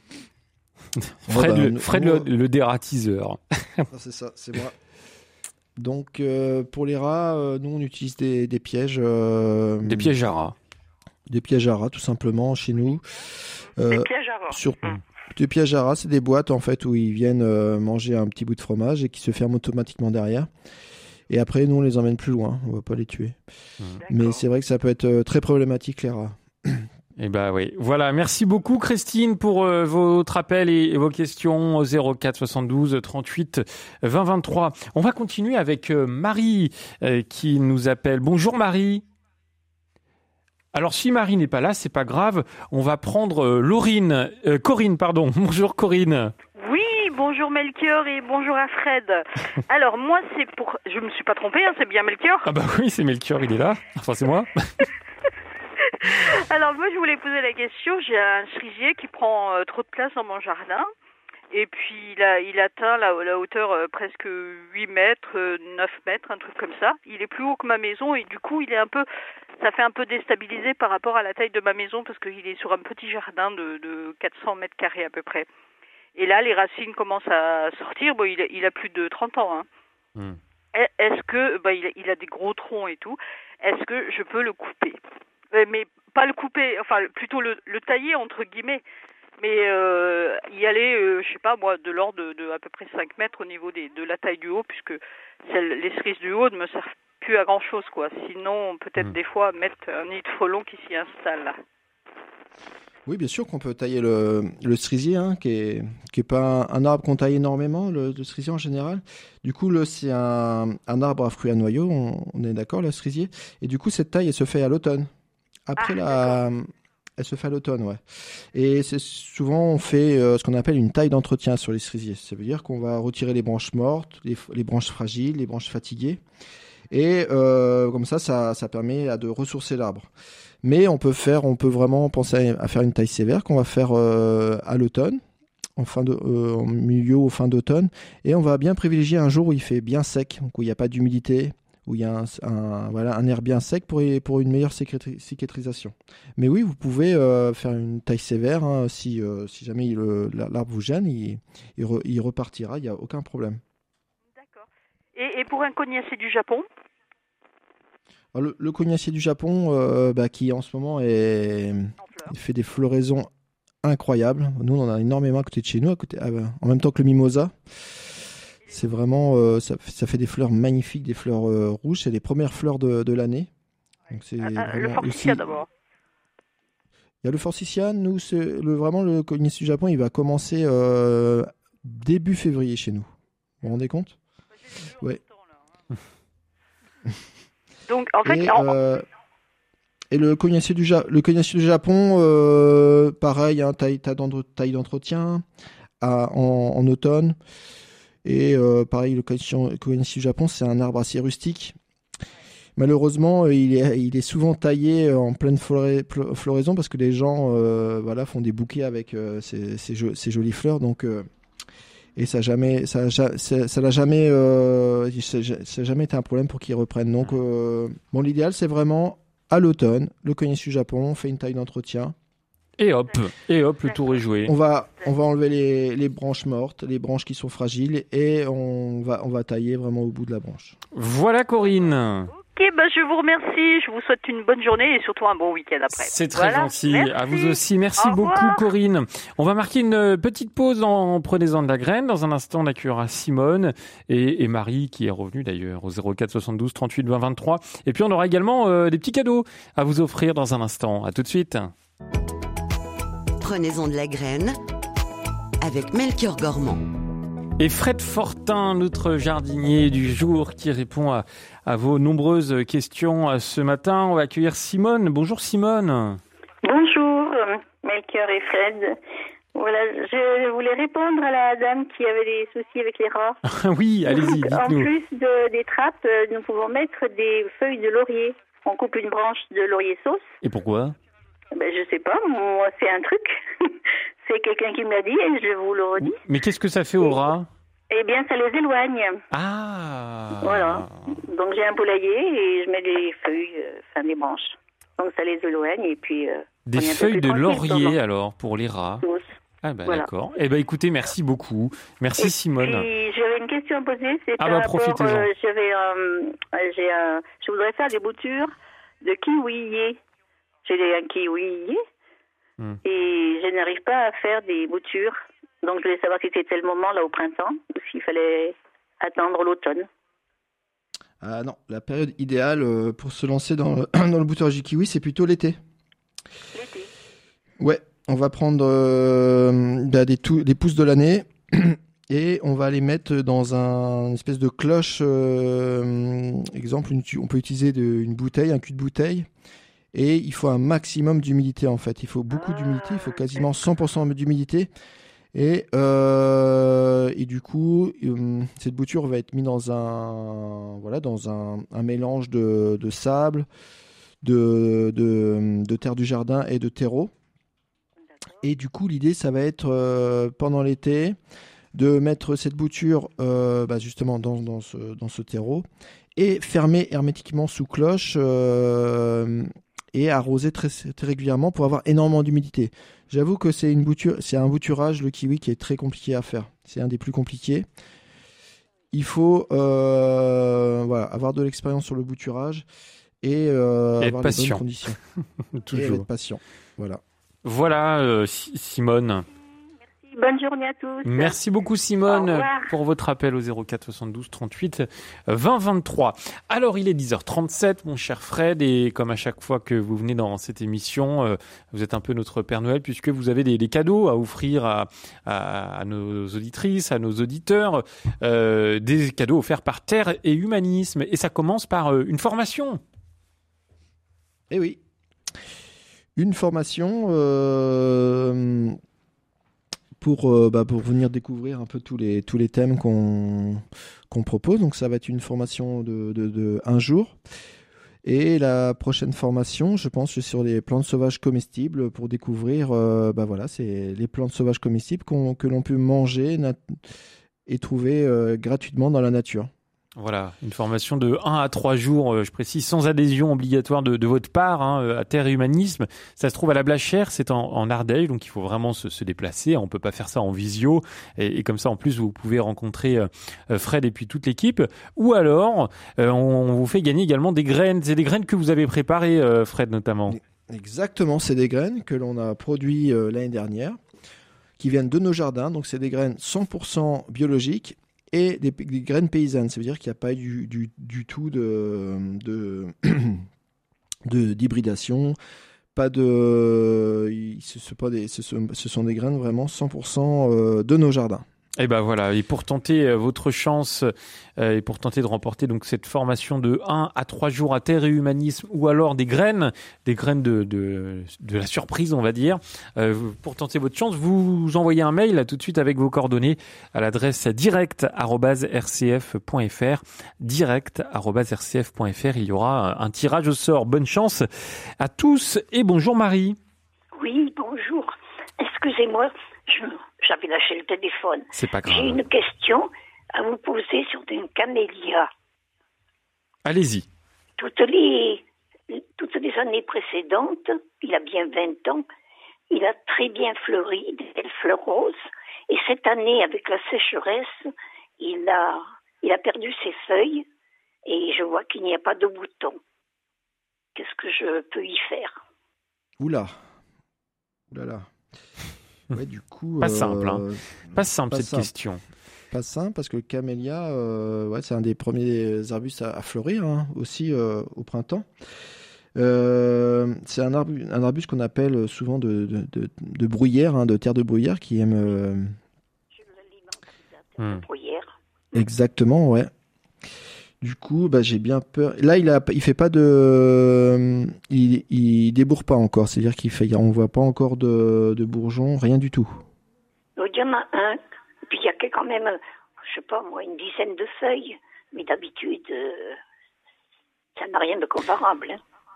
Fred le dératiseur. C'est ça, c'est moi. Donc pour les rats, nous on utilise des pièges. Des pièges à rats. Des pièges à rats, tout simplement, chez nous. Des pièges à rats. Des pièges à rats, c'est des boîtes en fait où ils viennent manger un petit bout de fromage et qui se ferment automatiquement derrière. Et après, nous on les emmène plus loin, on va pas les tuer. Mais c'est vrai que ça peut être très problématique les rats. Eh ben oui. Voilà. Merci beaucoup, Christine, pour votre appel et vos questions au 04 72 38 20 23. On va continuer avec Marie qui nous appelle. Bonjour, Marie. Alors, si Marie n'est pas là, c'est pas grave. On va prendre Corinne, pardon. Bonjour, Corinne. Oui, bonjour Melchior et bonjour à Fred. Alors, moi, je me suis pas trompée, hein, c'est bien Melchior. Ah bah oui, c'est Melchior, il est là. Enfin, c'est moi. Alors moi je voulais poser la question, j'ai un cerisier qui prend trop de place dans mon jardin et puis il atteint la hauteur presque 8 mètres, 9 mètres, un truc comme ça. Il est plus haut que ma maison et du coup ça fait un peu déstabilisé par rapport à la taille de ma maison parce qu'il est sur un petit jardin de 400 mètres carrés à peu près. Et là les racines commencent à sortir, bon il a plus de 30 ans. Hein. Est-ce que, il a des gros troncs et tout, est-ce que je peux le couper? Mais pas le couper, enfin plutôt le tailler entre guillemets, mais y aller, je sais pas moi, de l'ordre de à peu près 5 mètres au niveau de la taille du haut, puisque les cerises du haut ne me servent plus à grand chose quoi. Sinon peut-être des fois mettre un nid de frelons qui s'y installe là. Oui, bien sûr qu'on peut tailler le cerisier, hein, qui est pas un arbre qu'on taille énormément, le cerisier en général. Du coup, c'est un arbre à fruits à noyaux, on est d'accord, le cerisier. Et du coup, cette taille, elle se fait à l'automne. Après elle se fait à l'automne, ouais. Et souvent on fait ce qu'on appelle une taille d'entretien sur les cerisiers. Ça veut dire qu'on va retirer les branches mortes, les branches fragiles, les branches fatiguées, et comme ça permet de ressourcer l'arbre. Mais on peut vraiment penser à faire une taille sévère qu'on va faire à l'automne, en milieu ou fin d'automne, et on va bien privilégier un jour où il fait bien sec, donc où il n'y a pas d'humidité, où il y a un air bien sec pour une meilleure cicatrisation. Mais oui, vous pouvez faire une taille sévère, hein, si jamais l'arbre vous gêne, il repartira, il n'y a aucun problème. D'accord. Et pour un cognacier du Japon? Alors, le cognacier du Japon, qui en ce moment il fait des floraisons incroyables. Nous, on en a énormément à côté de chez nous, en même temps que le mimosa. C'est vraiment, ça fait des fleurs magnifiques, des fleurs rouges. C'est les premières fleurs de l'année. Donc c'est le forsythia d'abord. Il y a le forsythia. Nous, vraiment le cognacier du Japon, il va commencer début février chez nous. Vous vous rendez compte? Ouais. Donc en fait. Et le cognacier du Japon, pareil, hein, taille d'entretien en automne. Et pareil, le cognacier du Japon, c'est un arbre assez rustique. Malheureusement, il est souvent taillé en pleine floraison parce que les gens font des bouquets avec ces jolies fleurs. Donc, et ça n'a jamais été un problème pour qu'ils reprennent. Donc, l'idéal, c'est vraiment à l'automne, le cognacier du Japon, on fait une taille d'entretien. Et hop, le tour est joué. On va enlever les branches mortes, les branches qui sont fragiles, et on va tailler vraiment au bout de la branche. Voilà, Corinne. Ok, je vous remercie, je vous souhaite une bonne journée et surtout un bon week-end après. C'est très gentil, merci. À vous aussi. Merci beaucoup, Corinne. On va marquer une petite pause en Prenez-en de la graine. Dans un instant, on accueillera Simone et Marie, qui est revenue d'ailleurs au 04 72 38 20 23. Et puis on aura également des petits cadeaux à vous offrir dans un instant. À tout de suite. Prenez-en de la graine avec Melchior Gormand. Et Fred Fortin, notre jardinier du jour, qui répond à vos nombreuses questions ce matin. On va accueillir Simone. Bonjour Simone. Bonjour Melchior et Fred. Voilà, je voulais répondre à la dame qui avait des soucis avec les rats. Oui, allez-y, dites-nous. En plus des trappes, nous pouvons mettre des feuilles de laurier. On coupe une branche de laurier sauce. Et pourquoi ? Ben, je sais pas, moi, c'est un truc. C'est quelqu'un qui me l'a dit et je vous le redis. Mais qu'est-ce que ça fait aux rats? Eh bien, ça les éloigne. Ah. Voilà. Donc, j'ai un poulailler et je mets des feuilles, des branches. Donc, ça les éloigne et puis... Des on est un peu feuilles plus de tranquille, laurier, pendant alors, pour les rats. tous. Ah bah Voilà. d'accord. Eh ben écoutez, merci beaucoup. Merci Simone. Puis, j'avais une question à poser. C'est Ah par bah, rapport, profitez-en. je voudrais faire des boutures de kiwier. J'ai un kiwier et je n'arrive pas à faire des boutures. Donc, je voulais savoir si c'était le moment, là, au printemps, ou s'il fallait attendre l'automne. Ah non, la période idéale pour se lancer dans le bouturage du kiwi, c'est plutôt l'été. L'été. Ouais, on va prendre des pousses de l'année et on va les mettre dans une espèce de cloche. Exemple, on peut utiliser une bouteille, un cul de bouteille. Et il faut un maximum d'humidité en fait. Il faut beaucoup d'humidité, il faut quasiment 100% d'humidité. Et du coup, cette bouture va être mise dans un mélange de sable, de terre du jardin et de terreau. Et du coup, l'idée, ça va être pendant l'été de mettre cette bouture justement dans ce terreau et fermer hermétiquement sous cloche et arroser très, très régulièrement pour avoir énormément d'humidité. J'avoue que c'est un bouturage, le kiwi, qui est très compliqué à faire. C'est un des plus compliqués. Il faut avoir de l'expérience sur le bouturage et avoir les bonnes conditions. Toujours. Et être patient. Voilà. Voilà, Simone. Bonne journée à tous. Merci beaucoup Simone pour votre appel au 04 72 38 20 23. Alors il est 10h37 mon cher Fred et comme à chaque fois que vous venez dans cette émission, vous êtes un peu notre Père Noël puisque vous avez des cadeaux à offrir à nos auditrices, à nos auditeurs, des cadeaux offerts par Terre et Humanisme et ça commence par une formation. Eh oui, une formation... pour venir découvrir un peu tous les thèmes qu'on propose. Donc ça va être une formation de 1 jour. Et la prochaine formation, je pense, c'est sur les plantes sauvages comestibles pour découvrir c'est les plantes sauvages comestibles que l'on peut manger et trouver gratuitement dans la nature. Voilà, une formation de 1 à 3 jours, je précise, sans adhésion obligatoire de votre part, à Terre et Humanisme. Ça se trouve à la Blachère, c'est en Ardèche, donc il faut vraiment se déplacer. On peut pas faire ça en visio. Et comme ça, en plus, vous pouvez rencontrer Fred et puis toute l'équipe. Ou alors, on vous fait gagner également des graines. C'est des graines que vous avez préparées, Fred, notamment. Exactement, c'est des graines que l'on a produites l'année dernière, qui viennent de nos jardins. Donc c'est des graines 100% biologiques. Et des graines paysannes, ça veut dire qu'il n'y a pas du tout d'hybridation, ce sont des graines vraiment 100% de nos jardins. Et ben voilà, et pour tenter votre chance et pour tenter de remporter donc cette formation de 1 à 3 jours à Terre et Humanisme ou alors des graines de la surprise, on va dire. Pour tenter votre chance, vous envoyez un mail là tout de suite avec vos coordonnées à l'adresse direct@rcf.fr. direct@rcf.fr. Il y aura un tirage au sort. Bonne chance à tous et bonjour Marie. Oui, bonjour. Excusez-moi, j'avais lâché le téléphone. C'est pas grave. J'ai une question à vous poser sur une camélia. Allez-y. Toutes les années précédentes, il a bien 20 ans, il a très bien fleuri, des belles fleurs roses. Et cette année, avec la sécheresse, il a perdu ses feuilles et je vois qu'il n'y a pas de boutons. Qu'est-ce que je peux y faire? Oula là. Ouais, du coup, pas simple, Pas simple cette simple. question. Pas simple parce que le camélia, c'est un des premiers arbustes à fleurir aussi au printemps. C'est un arbuste qu'on appelle souvent de bruyère, de terre de bruyère qui aime. Je le lis dans le de bruyère. Exactement, ouais. Du coup, j'ai bien peur. Là, il fait pas de, il débourre pas encore. C'est-à-dire on voit pas encore de bourgeons, rien du tout. Il y en a un, puis il y a quand même, je sais pas moi, une dizaine de feuilles. Mais d'habitude, ça n'a rien de comparable.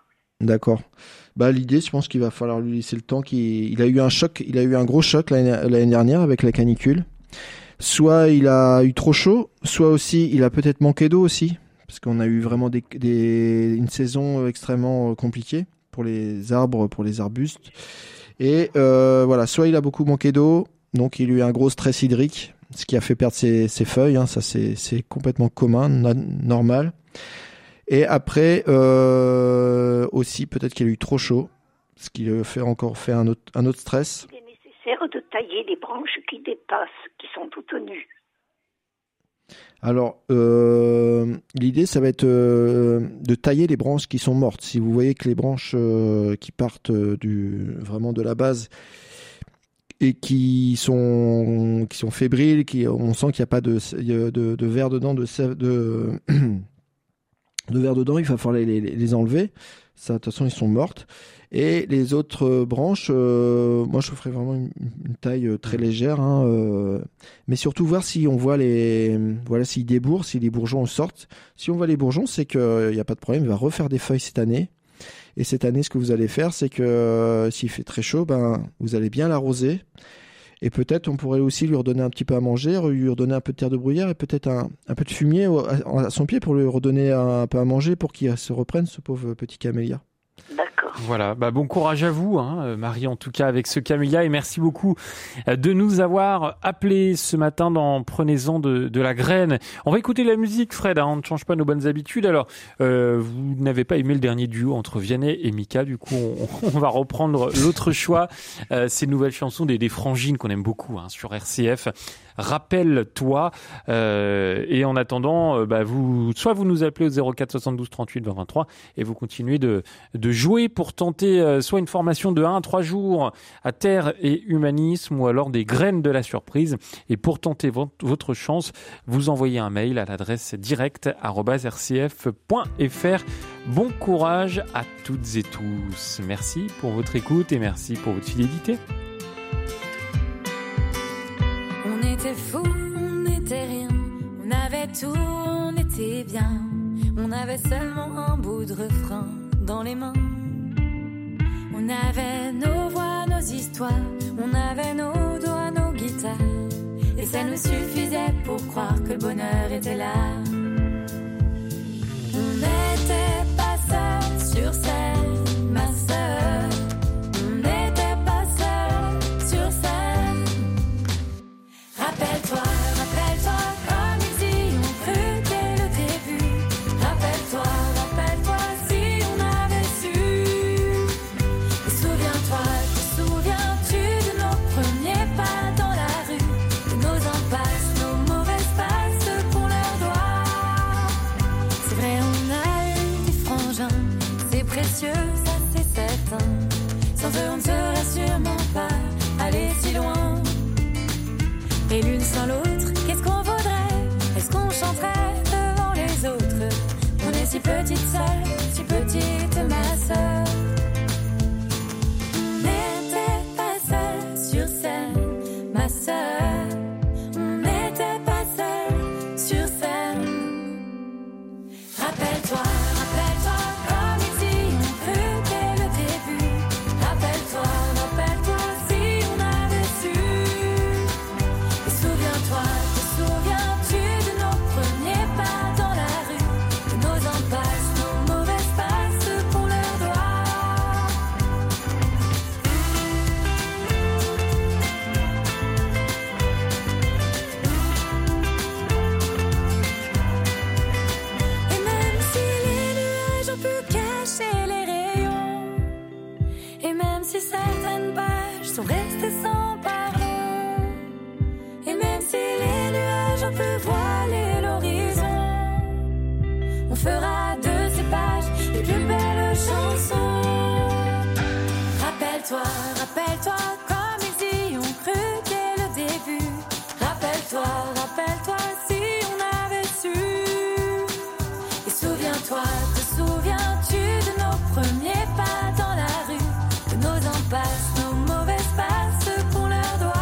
D'accord. L'idée, je pense qu'il va falloir lui laisser le temps. Il a eu un gros choc l'année dernière avec la canicule. Soit il a eu trop chaud, soit aussi il a peut-être manqué d'eau aussi, parce qu'on a eu vraiment une saison extrêmement compliquée pour les arbres, pour les arbustes. Et soit il a beaucoup manqué d'eau, donc il a eu un gros stress hydrique, ce qui a fait perdre ses feuilles. Ça c'est complètement commun, normal. Et après aussi peut-être qu'il a eu trop chaud, ce qui lui a fait un autre stress. Il est nécessaire de tailler les branches qui dépassent, qui sont toutes nues. Alors, l'idée, ça va être de tailler les branches qui sont mortes. Si vous voyez que les branches qui partent vraiment de la base et qui sont fébriles, on sent qu'il n'y a pas de verre dedans, de verre dedans, il va falloir les enlever. Ça, de toute façon, ils sont mortes. Et les autres branches, moi, je ferais vraiment une taille très légère, mais surtout voir si on voit s'ils débourrent, si les bourgeons sortent. Si on voit les bourgeons, c'est qu'il n'y a pas de problème. Il va refaire des feuilles cette année. Et cette année, ce que vous allez faire, c'est que s'il fait très chaud, vous allez bien l'arroser. Et peut-être, on pourrait aussi lui redonner un petit peu à manger, lui redonner un peu de terre de bruyère et peut-être un peu de fumier à son pied pour lui redonner un peu à manger pour qu'il se reprenne, ce pauvre petit camélia. D'accord. Voilà, bon courage à vous, Marie, en tout cas, avec ce camélia, et merci beaucoup de nous avoir appelés ce matin dans Prenez-en de la graine. On va écouter la musique, Fred, on ne change pas nos bonnes habitudes. Alors, vous n'avez pas aimé le dernier duo entre Vianney et Mika, du coup, on va reprendre l'autre choix, ces nouvelles chansons des Frangines qu'on aime beaucoup sur RCF. Rappelle-toi, et en attendant, vous nous appelez au 04 72 38 20 23 et vous continuez de jouer pour tenter soit une formation de 1 à 3 jours à terre et humanisme, ou alors des graines de la surprise. Et pour tenter votre chance, vous envoyez un mail à l'adresse direct@rcf.fr. Bon courage à toutes et tous. Merci pour votre écoute et merci pour votre fidélité. On était fous, on n'était rien, on avait tout, on était bien. On avait seulement un bout de refrain dans les mains. On avait nos voix, nos histoires, on avait nos doigts, nos guitares. Et ça nous suffisait pour croire que le bonheur était là. On n'était pas seuls sur scène, ma sœur. On n'était pas seuls sur scène. Rappelle-toi, comme ils y ont cru dès le début. Rappelle-toi si on avait su. Et souviens-toi, te souviens-tu de nos premiers pas dans la rue, de nos impasses, nos mauvaises passes qu'on leur doit. C'est vrai, on a eu des frangins, c'est précieux, ça c'est certain. Sans eux on ne serait sûrement pas allé si loin. Et l'une sans l'autre, qu'est-ce qu'on vaudrait? Est-ce qu'on chanterait devant les autres? On est si petite seule, si petite ma sœur. On n'était pas seul sur scène, ma sœur. On n'était pas seul sur scène. Rappelle-toi, comme ils y ont cru dès le début. Rappelle-toi si on avait su. Souviens-toi, te souviens-tu de nos premiers pas dans la rue, de nos impasses, nos mauvaises passes qu'on leur doit. Et même si les nuages ont pu cacher les rayons, et même si certaines pages sont restées sans pardon, et même si les nuages ont pu voiler l'horizon, on fera de ces pages les plus belles chansons. Rappelle-toi comme ils y ont cru dès le début. Rappelle-toi si on avait su. Et souviens-toi, te souviens-tu de nos premiers pas dans la rue, de nos impasses, nos mauvaises passes qu'on leur doit.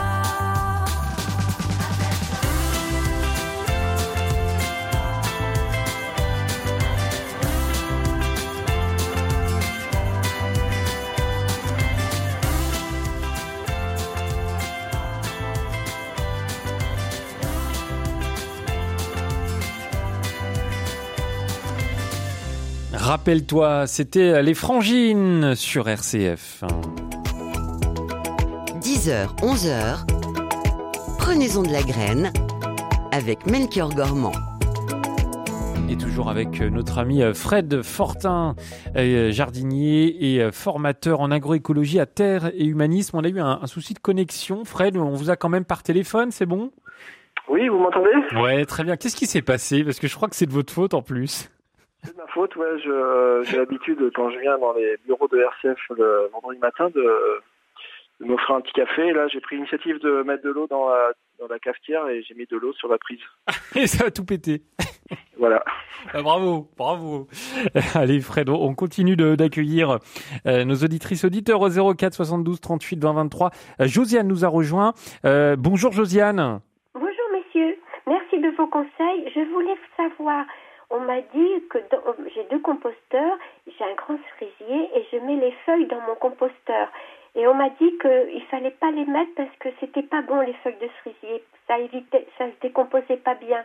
Rappelle-toi, c'était les Frangines sur RCF. 10h, 11h, prenez-en de la graine avec Melchior Gormand. Et toujours avec notre ami Fred Fortin, jardinier et formateur en agroécologie à Terre et Humanisme. On a eu un souci de connexion. Fred, on vous a quand même par téléphone, c'est bon ? Oui, vous m'entendez ? Ouais, très bien. Qu'est-ce qui s'est passé ? Parce que je crois que c'est de votre faute en plus. C'est de ma faute, ouais. J'ai l'habitude, quand je viens dans les bureaux de RCF le vendredi matin, de m'offrir un petit café. Et là, j'ai pris l'initiative de mettre de l'eau dans la cafetière et j'ai mis de l'eau sur la prise. Et ça a tout pété. Voilà. Bravo. Allez Fred, on continue d'accueillir nos auditrices auditeurs au 04 72 38 20 23. Josiane nous a rejoint. Bonjour Josiane. Bonjour messieurs, merci de vos conseils. Je voulais savoir, on m'a dit que j'ai 2 composteurs, j'ai un grand cerisier et je mets les feuilles dans mon composteur. Et on m'a dit qu'il fallait pas les mettre parce que c'était pas bon les feuilles de cerisier, ça se décomposait pas bien.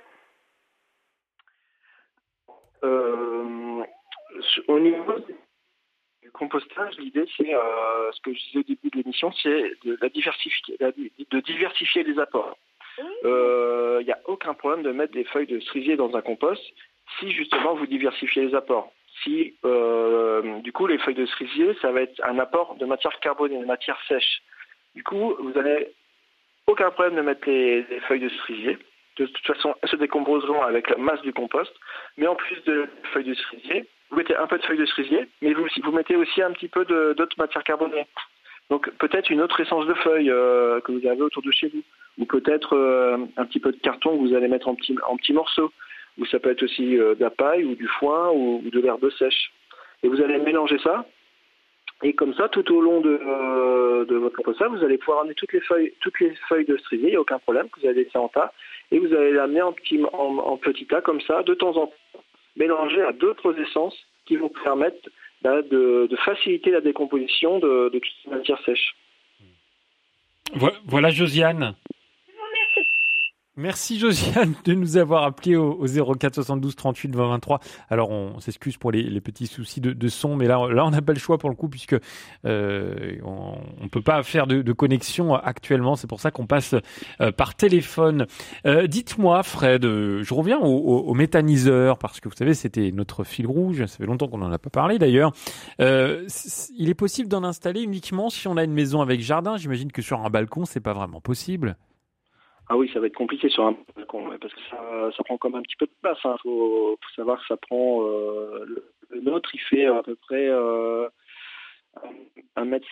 Au niveau du compostage, l'idée c'est ce que je disais au début de l'émission, c'est de diversifier les apports. Il n'y a aucun problème de mettre des feuilles de cerisier dans un compost si justement vous diversifiez les apports. Si du coup les feuilles de cerisier, ça va être un apport de matière carbonée, de matière sèche. Du coup, vous n'avez aucun problème de mettre les feuilles de cerisier. De toute façon, elles se décomposeront avec la masse du compost. Mais en plus de feuilles de cerisier, vous mettez un peu de feuilles de cerisier, mais vous mettez aussi un petit peu d'autres matières carbonées. Donc peut-être une autre essence de feuilles que vous avez autour de chez vous. Ou peut-être un petit peu de carton que vous allez mettre en petits morceaux. Ou ça peut être aussi de la paille ou du foin ou de l'herbe sèche. Et vous allez mélanger ça. Et comme ça, tout au long de votre compostage, vous allez pouvoir amener toutes les feuilles de cerisier, il n'y a aucun problème, que vous allez laisser en tas. Et vous allez l'amener en petits tas comme ça, de temps en temps, mélangé à d'autres essences qui vont permettre de faciliter la décomposition de toutes ces matières sèches. Voilà Josiane. Merci Josiane de nous avoir appelé au 04 72 38 20 23. Alors on s'excuse pour les petits soucis de son, mais là on n'a pas le choix pour le coup puisque on peut pas faire de connexion actuellement. C'est pour ça qu'on passe par téléphone. Dites-moi Fred, je reviens au méthaniseur parce que vous savez c'était notre fil rouge. Ça fait longtemps qu'on n'en a pas parlé d'ailleurs. Il est possible d'en installer uniquement si on a une maison avec jardin. J'imagine que sur un balcon c'est pas vraiment possible. Ah oui, ça va être compliqué sur un balcon, parce que ça prend quand même un petit peu de place. Hein. Faut savoir que ça prend le nôtre, il fait à peu près un mètre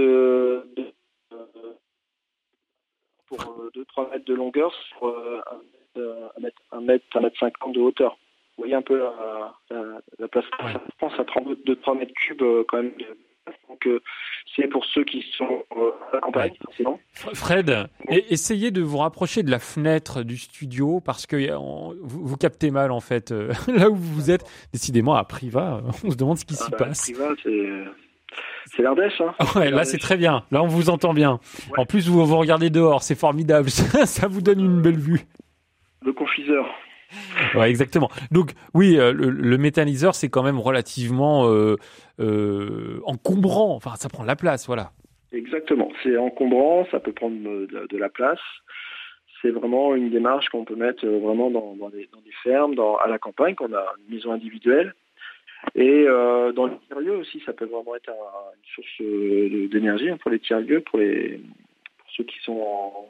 pour 2-3 mètres de longueur sur un mètre 50 de hauteur. Vous voyez un peu la place que ça prend 2-3 mètres cubes quand même. Donc c'est pour ceux qui sont à la campagne, forcément. Fred, essayez de vous rapprocher de la fenêtre du studio parce que vous captez mal en fait là où vous êtes. Décidément à Privas, on se demande ce qui s'y passe. Privas, c'est l'Ardèche. Hein. Ouais, là c'est très bien. Là on vous entend bien. Ouais. En plus vous regardez dehors, c'est formidable. Ça vous donne une belle vue. Le confiseur. Ouais, exactement. Donc oui, le méthaniseur c'est quand même relativement encombrant. Enfin, ça prend de la place, voilà. Exactement. C'est encombrant, ça peut prendre de la place. C'est vraiment une démarche qu'on peut mettre vraiment dans des fermes, à la campagne, qu'on a une maison individuelle. Et dans les tiers-lieux aussi, ça peut vraiment être une source d'énergie pour les tiers-lieux, pour ceux qui sont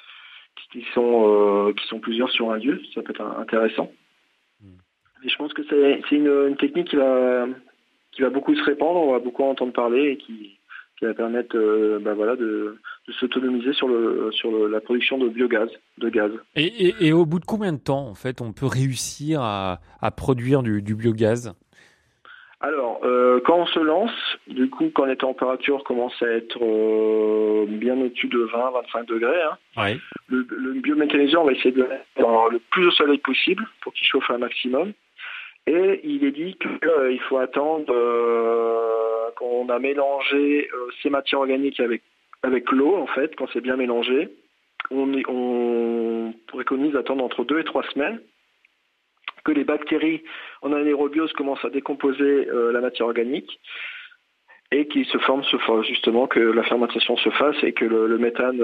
plusieurs sur un lieu, ça peut être intéressant. Et je pense que c'est une technique qui va beaucoup se répandre, on va beaucoup entendre parler et qui va permettre de s'autonomiser sur la production de biogaz, de gaz. Et au bout de combien de temps en fait on peut réussir à produire du biogaz ? Alors, quand on se lance, du coup, quand les températures commencent à être bien au-dessus de 20-25 degrés, ouais. le biométhaniseur, on va essayer de le mettre le plus au soleil possible pour qu'il chauffe un maximum. Et il est dit qu'il faut attendre qu'on a mélangé ces matières organiques avec l'eau, en fait, quand c'est bien mélangé. On préconise d'attendre entre 2 et 3 semaines que les bactéries en anaérobiose commencent à décomposer la matière organique et qu'il se forme justement que la fermentation se fasse et que le méthane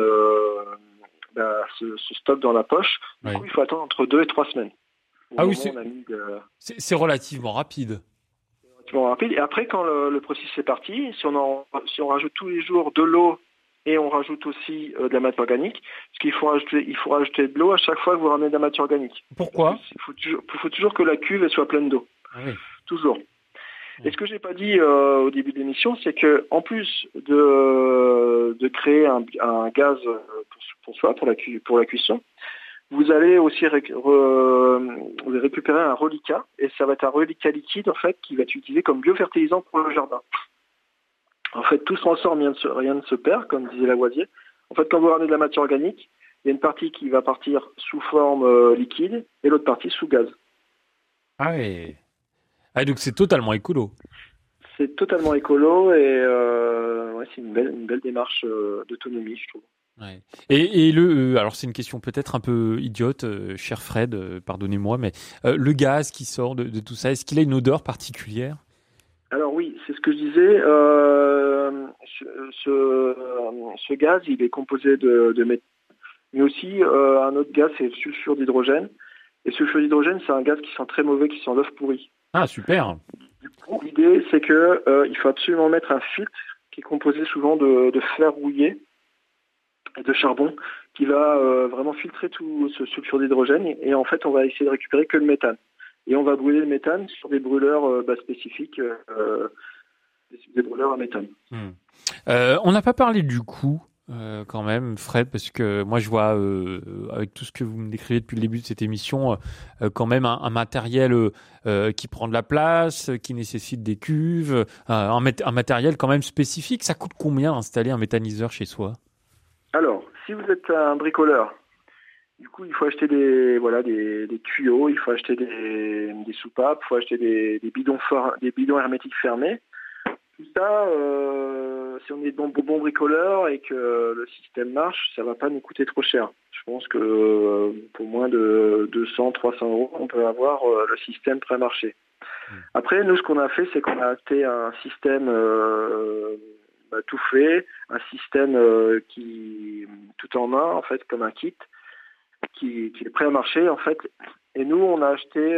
se stocke dans la poche. Du coup, il faut attendre entre 2 et 3 semaines. C'est relativement rapide. Et après, quand le processus est parti, si on rajoute tous les jours de l'eau et on rajoute aussi de la matière organique, parce qu'il faut rajouter de l'eau à chaque fois que vous ramenez de la matière organique. Pourquoi ? Il faut toujours que la cuve soit pleine d'eau. Oui. Toujours. Et ce que j'ai pas dit au début de l'émission, c'est que en plus de créer un gaz pour soi, pour la cuisson, vous allez aussi récupérer un reliquat, et ça va être un reliquat liquide en fait qui va être utilisé comme biofertilisant pour le jardin. En fait, tout se transforme, rien ne se perd, comme disait Lavoisier. En fait, quand vous ramenez de la matière organique, il y a une partie qui va partir sous forme liquide et l'autre partie sous gaz. Ah oui. Ah, donc c'est totalement écolo. C'est totalement écolo et c'est une belle démarche d'autonomie, je trouve. Ouais. Et alors c'est une question peut-être un peu idiote, cher Fred, pardonnez-moi, mais le gaz qui sort de tout ça, est-ce qu'il a une odeur particulière ? Alors oui, c'est ce que je disais. Ce gaz, il est composé de méthane, mais aussi un autre gaz, c'est le sulfure d'hydrogène. Et le sulfure d'hydrogène, c'est un gaz qui sent très mauvais, qui sent l'œuf pourri. Ah, super. Du coup, l'idée, c'est que il faut absolument mettre un filtre qui est composé souvent de fer rouillé et de charbon, qui va vraiment filtrer tout ce sulfure d'hydrogène. Et en fait, on va essayer de récupérer que le méthane. Et on va brûler le méthane sur des brûleurs spécifiques, des brûleurs à méthane. On n'a pas parlé du coût quand même, Fred, parce que moi je vois, avec tout ce que vous me décrivez depuis le début de cette émission, quand même un matériel qui prend de la place, qui nécessite des cuves, un matériel quand même spécifique. Ça coûte combien d'installer un méthaniseur chez soi ? Alors, si vous êtes un bricoleur, du coup, il faut acheter des tuyaux, il faut acheter des soupapes, il faut acheter des bidons hermétiques fermés. Tout ça, si on est bon bricoleur et que le système marche, ça va pas nous coûter trop cher. Je pense que pour moins de 200, 300 euros, on peut avoir le système pré-marché. Après, nous, ce qu'on a fait, c'est qu'on a acheté un système tout fait, un système qui tout en main, en fait, comme un kit, qui est prêt à marcher, en fait. Et nous, on a acheté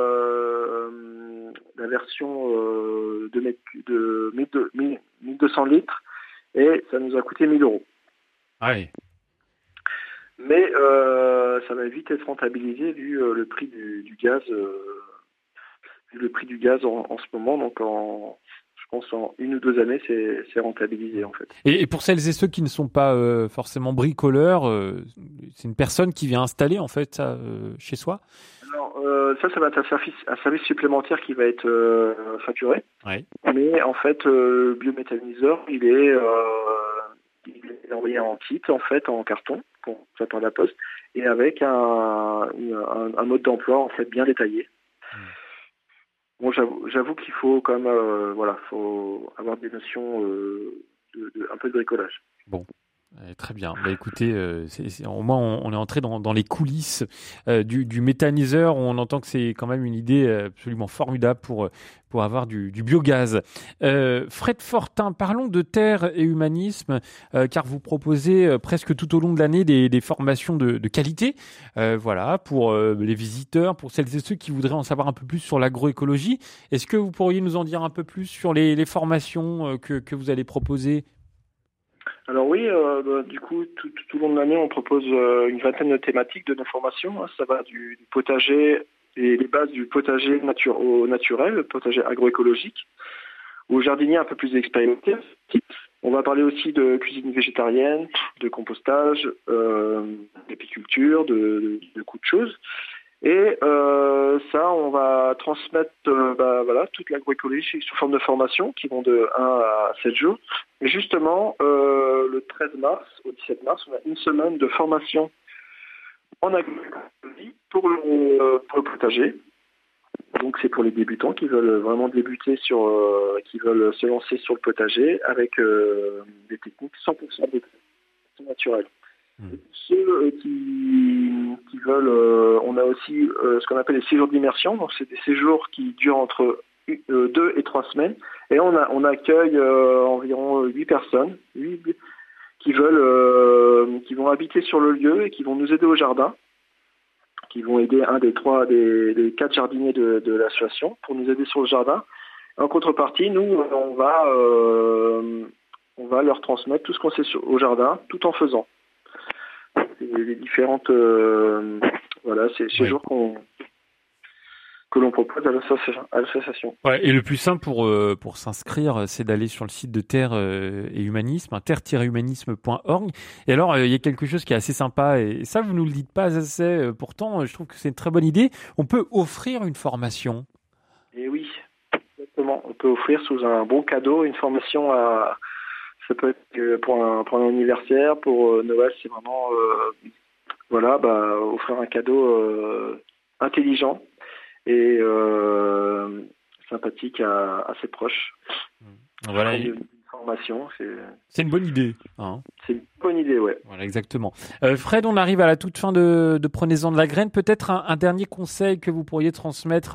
la version de 1200 litres et ça nous a coûté 1000 euros. Ah oui. Mais ça va vite être rentabilisé vu le prix du gaz, en ce moment. Donc, je pense en 1 ou 2 années, c'est rentabilisé en fait. Et pour celles et ceux qui ne sont pas forcément bricoleurs, c'est une personne qui vient installer en fait ça chez soi. Alors ça va être un service supplémentaire qui va être facturé. Oui. Mais en fait, le biométhaniseur, il est envoyé en kit en fait, en carton, pour ça par la poste, et avec un mode d'emploi en fait bien détaillé. Bon, j'avoue qu'il faut quand même, faut avoir des notions un peu de bricolage. Bon, très bien. Bah, écoutez, au moins on est entré dans les coulisses du méthaniseur. On entend que c'est quand même une idée absolument formidable pour avoir du biogaz. Fred Fortin, parlons de terre et humanisme, car vous proposez presque tout au long de l'année des formations de qualité, pour les visiteurs, pour celles et ceux qui voudraient en savoir un peu plus sur l'agroécologie. Est-ce que vous pourriez nous en dire un peu plus sur les formations que vous allez proposer ? Alors oui, du coup, tout au long de l'année, on propose une vingtaine de thématiques de nos formations. Ça va du potager, les bases du potager au naturel, le potager agroécologique, au jardinier un peu plus expérimenté. On va parler aussi de cuisine végétarienne, de compostage, d'apiculture, de beaucoup de choses. Et ça, on va transmettre toute l'agroécologie sous forme de formation qui vont de 1 à 7 jours. Et justement, le 13 mars au 17 mars, on a une semaine de formation en agroécologie pour le potager. Donc c'est pour les débutants qui veulent vraiment débuter qui veulent se lancer sur le potager avec des techniques 100% naturelles. Ceux qui veulent veulent, on a aussi ce qu'on appelle les séjours d'immersion. Donc c'est des séjours qui durent entre 2 et 3 semaines. Et on accueille environ 8 personnes, qui vont habiter sur le lieu et qui vont nous aider au jardin, qui vont aider un des 4 jardiniers de l'association pour nous aider sur le jardin. En contrepartie, nous, on va leur transmettre tout ce qu'on sait au jardin, tout en faisant. Les différentes séjours que l'on propose à l'association. Ouais, et le plus simple pour s'inscrire, c'est d'aller sur le site de Terre et Humanisme, terre-humanisme.org. Et alors, il y a quelque chose qui est assez sympa, et ça, vous nous le dites pas assez. Pourtant, je trouve que c'est une très bonne idée. On peut offrir une formation. Et oui, exactement. On peut offrir sous un bon cadeau une formation ça peut être pour un anniversaire, pour Noël, c'est vraiment offrir un cadeau intelligent et sympathique à ses proches. Voilà. Une formation, c'est une bonne idée. Hein. C'est une bonne idée, ouais. Voilà, exactement. Fred, on arrive à la toute fin de Prenez-en de la graine. Peut-être un dernier conseil que vous pourriez transmettre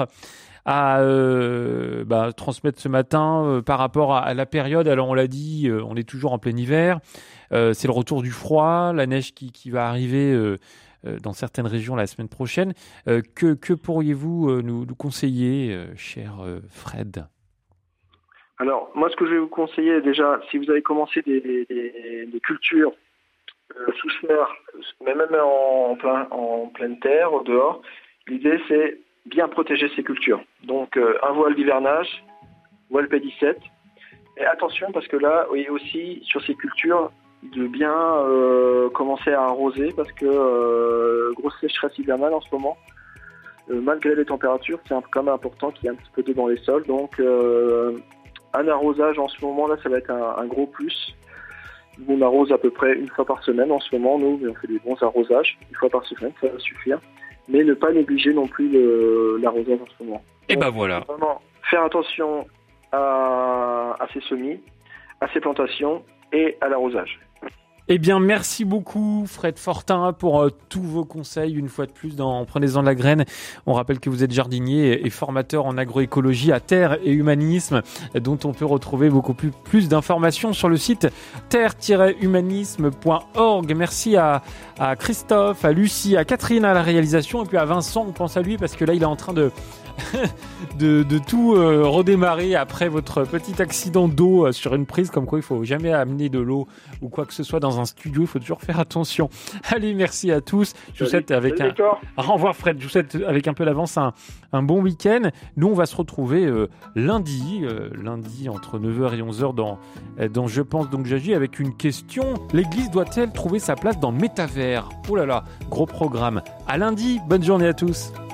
transmettre ce matin par rapport à la période. Alors on l'a dit, on est toujours en plein hiver, c'est le retour du froid, la neige qui va arriver dans certaines régions la semaine prochaine. Que pourriez-vous nous conseiller, cher Fred ? Alors moi, ce que je vais vous conseiller, déjà, si vous avez commencé des cultures sous serre, mais même en pleine terre, au dehors, l'idée c'est bien protéger ces cultures. Donc un voile d'hivernage, voile pédicette. Et attention, parce que là, oui, aussi sur ces cultures, de bien commencer à arroser, parce que grosse sécheresse hivernale en ce moment. Malgré les températures, c'est quand même important qu'il y ait un petit peu d'eau dans les sols. Donc un arrosage en ce moment, là, ça va être un gros plus. On arrose à peu près une fois par semaine en ce moment. Nous, on fait des bons arrosages, une fois par semaine, ça va suffire. Mais ne pas négliger non plus l'arrosage en ce moment. Et ben voilà. Vraiment faire attention à ces semis, à ces plantations et à l'arrosage. Eh bien, merci beaucoup Fred Fortin pour tous vos conseils une fois de plus dans Prenez-en de la graine. On rappelle que vous êtes jardinier et formateur en agroécologie à Terre et Humanisme, dont on peut retrouver beaucoup plus d'informations sur le site terre-humanisme.org. Merci à Christophe, à Lucie, à Catherine à la réalisation, et puis à Vincent, on pense à lui parce que là il est en train de tout redémarrer après votre petit accident d'eau sur une prise, comme quoi il faut jamais amener de l'eau ou quoi que ce soit dans un studio, il faut toujours faire attention. Allez, merci à tous. Je vous souhaite au revoir Fred, je vous souhaite avec un peu d'avance un bon week-end. Nous on va se retrouver lundi entre 9h et 11h dans Je pense donc j'agis, avec une question: l'église doit-elle trouver sa place dans le métavers? Oh là là, gros programme. À lundi, bonne journée à tous.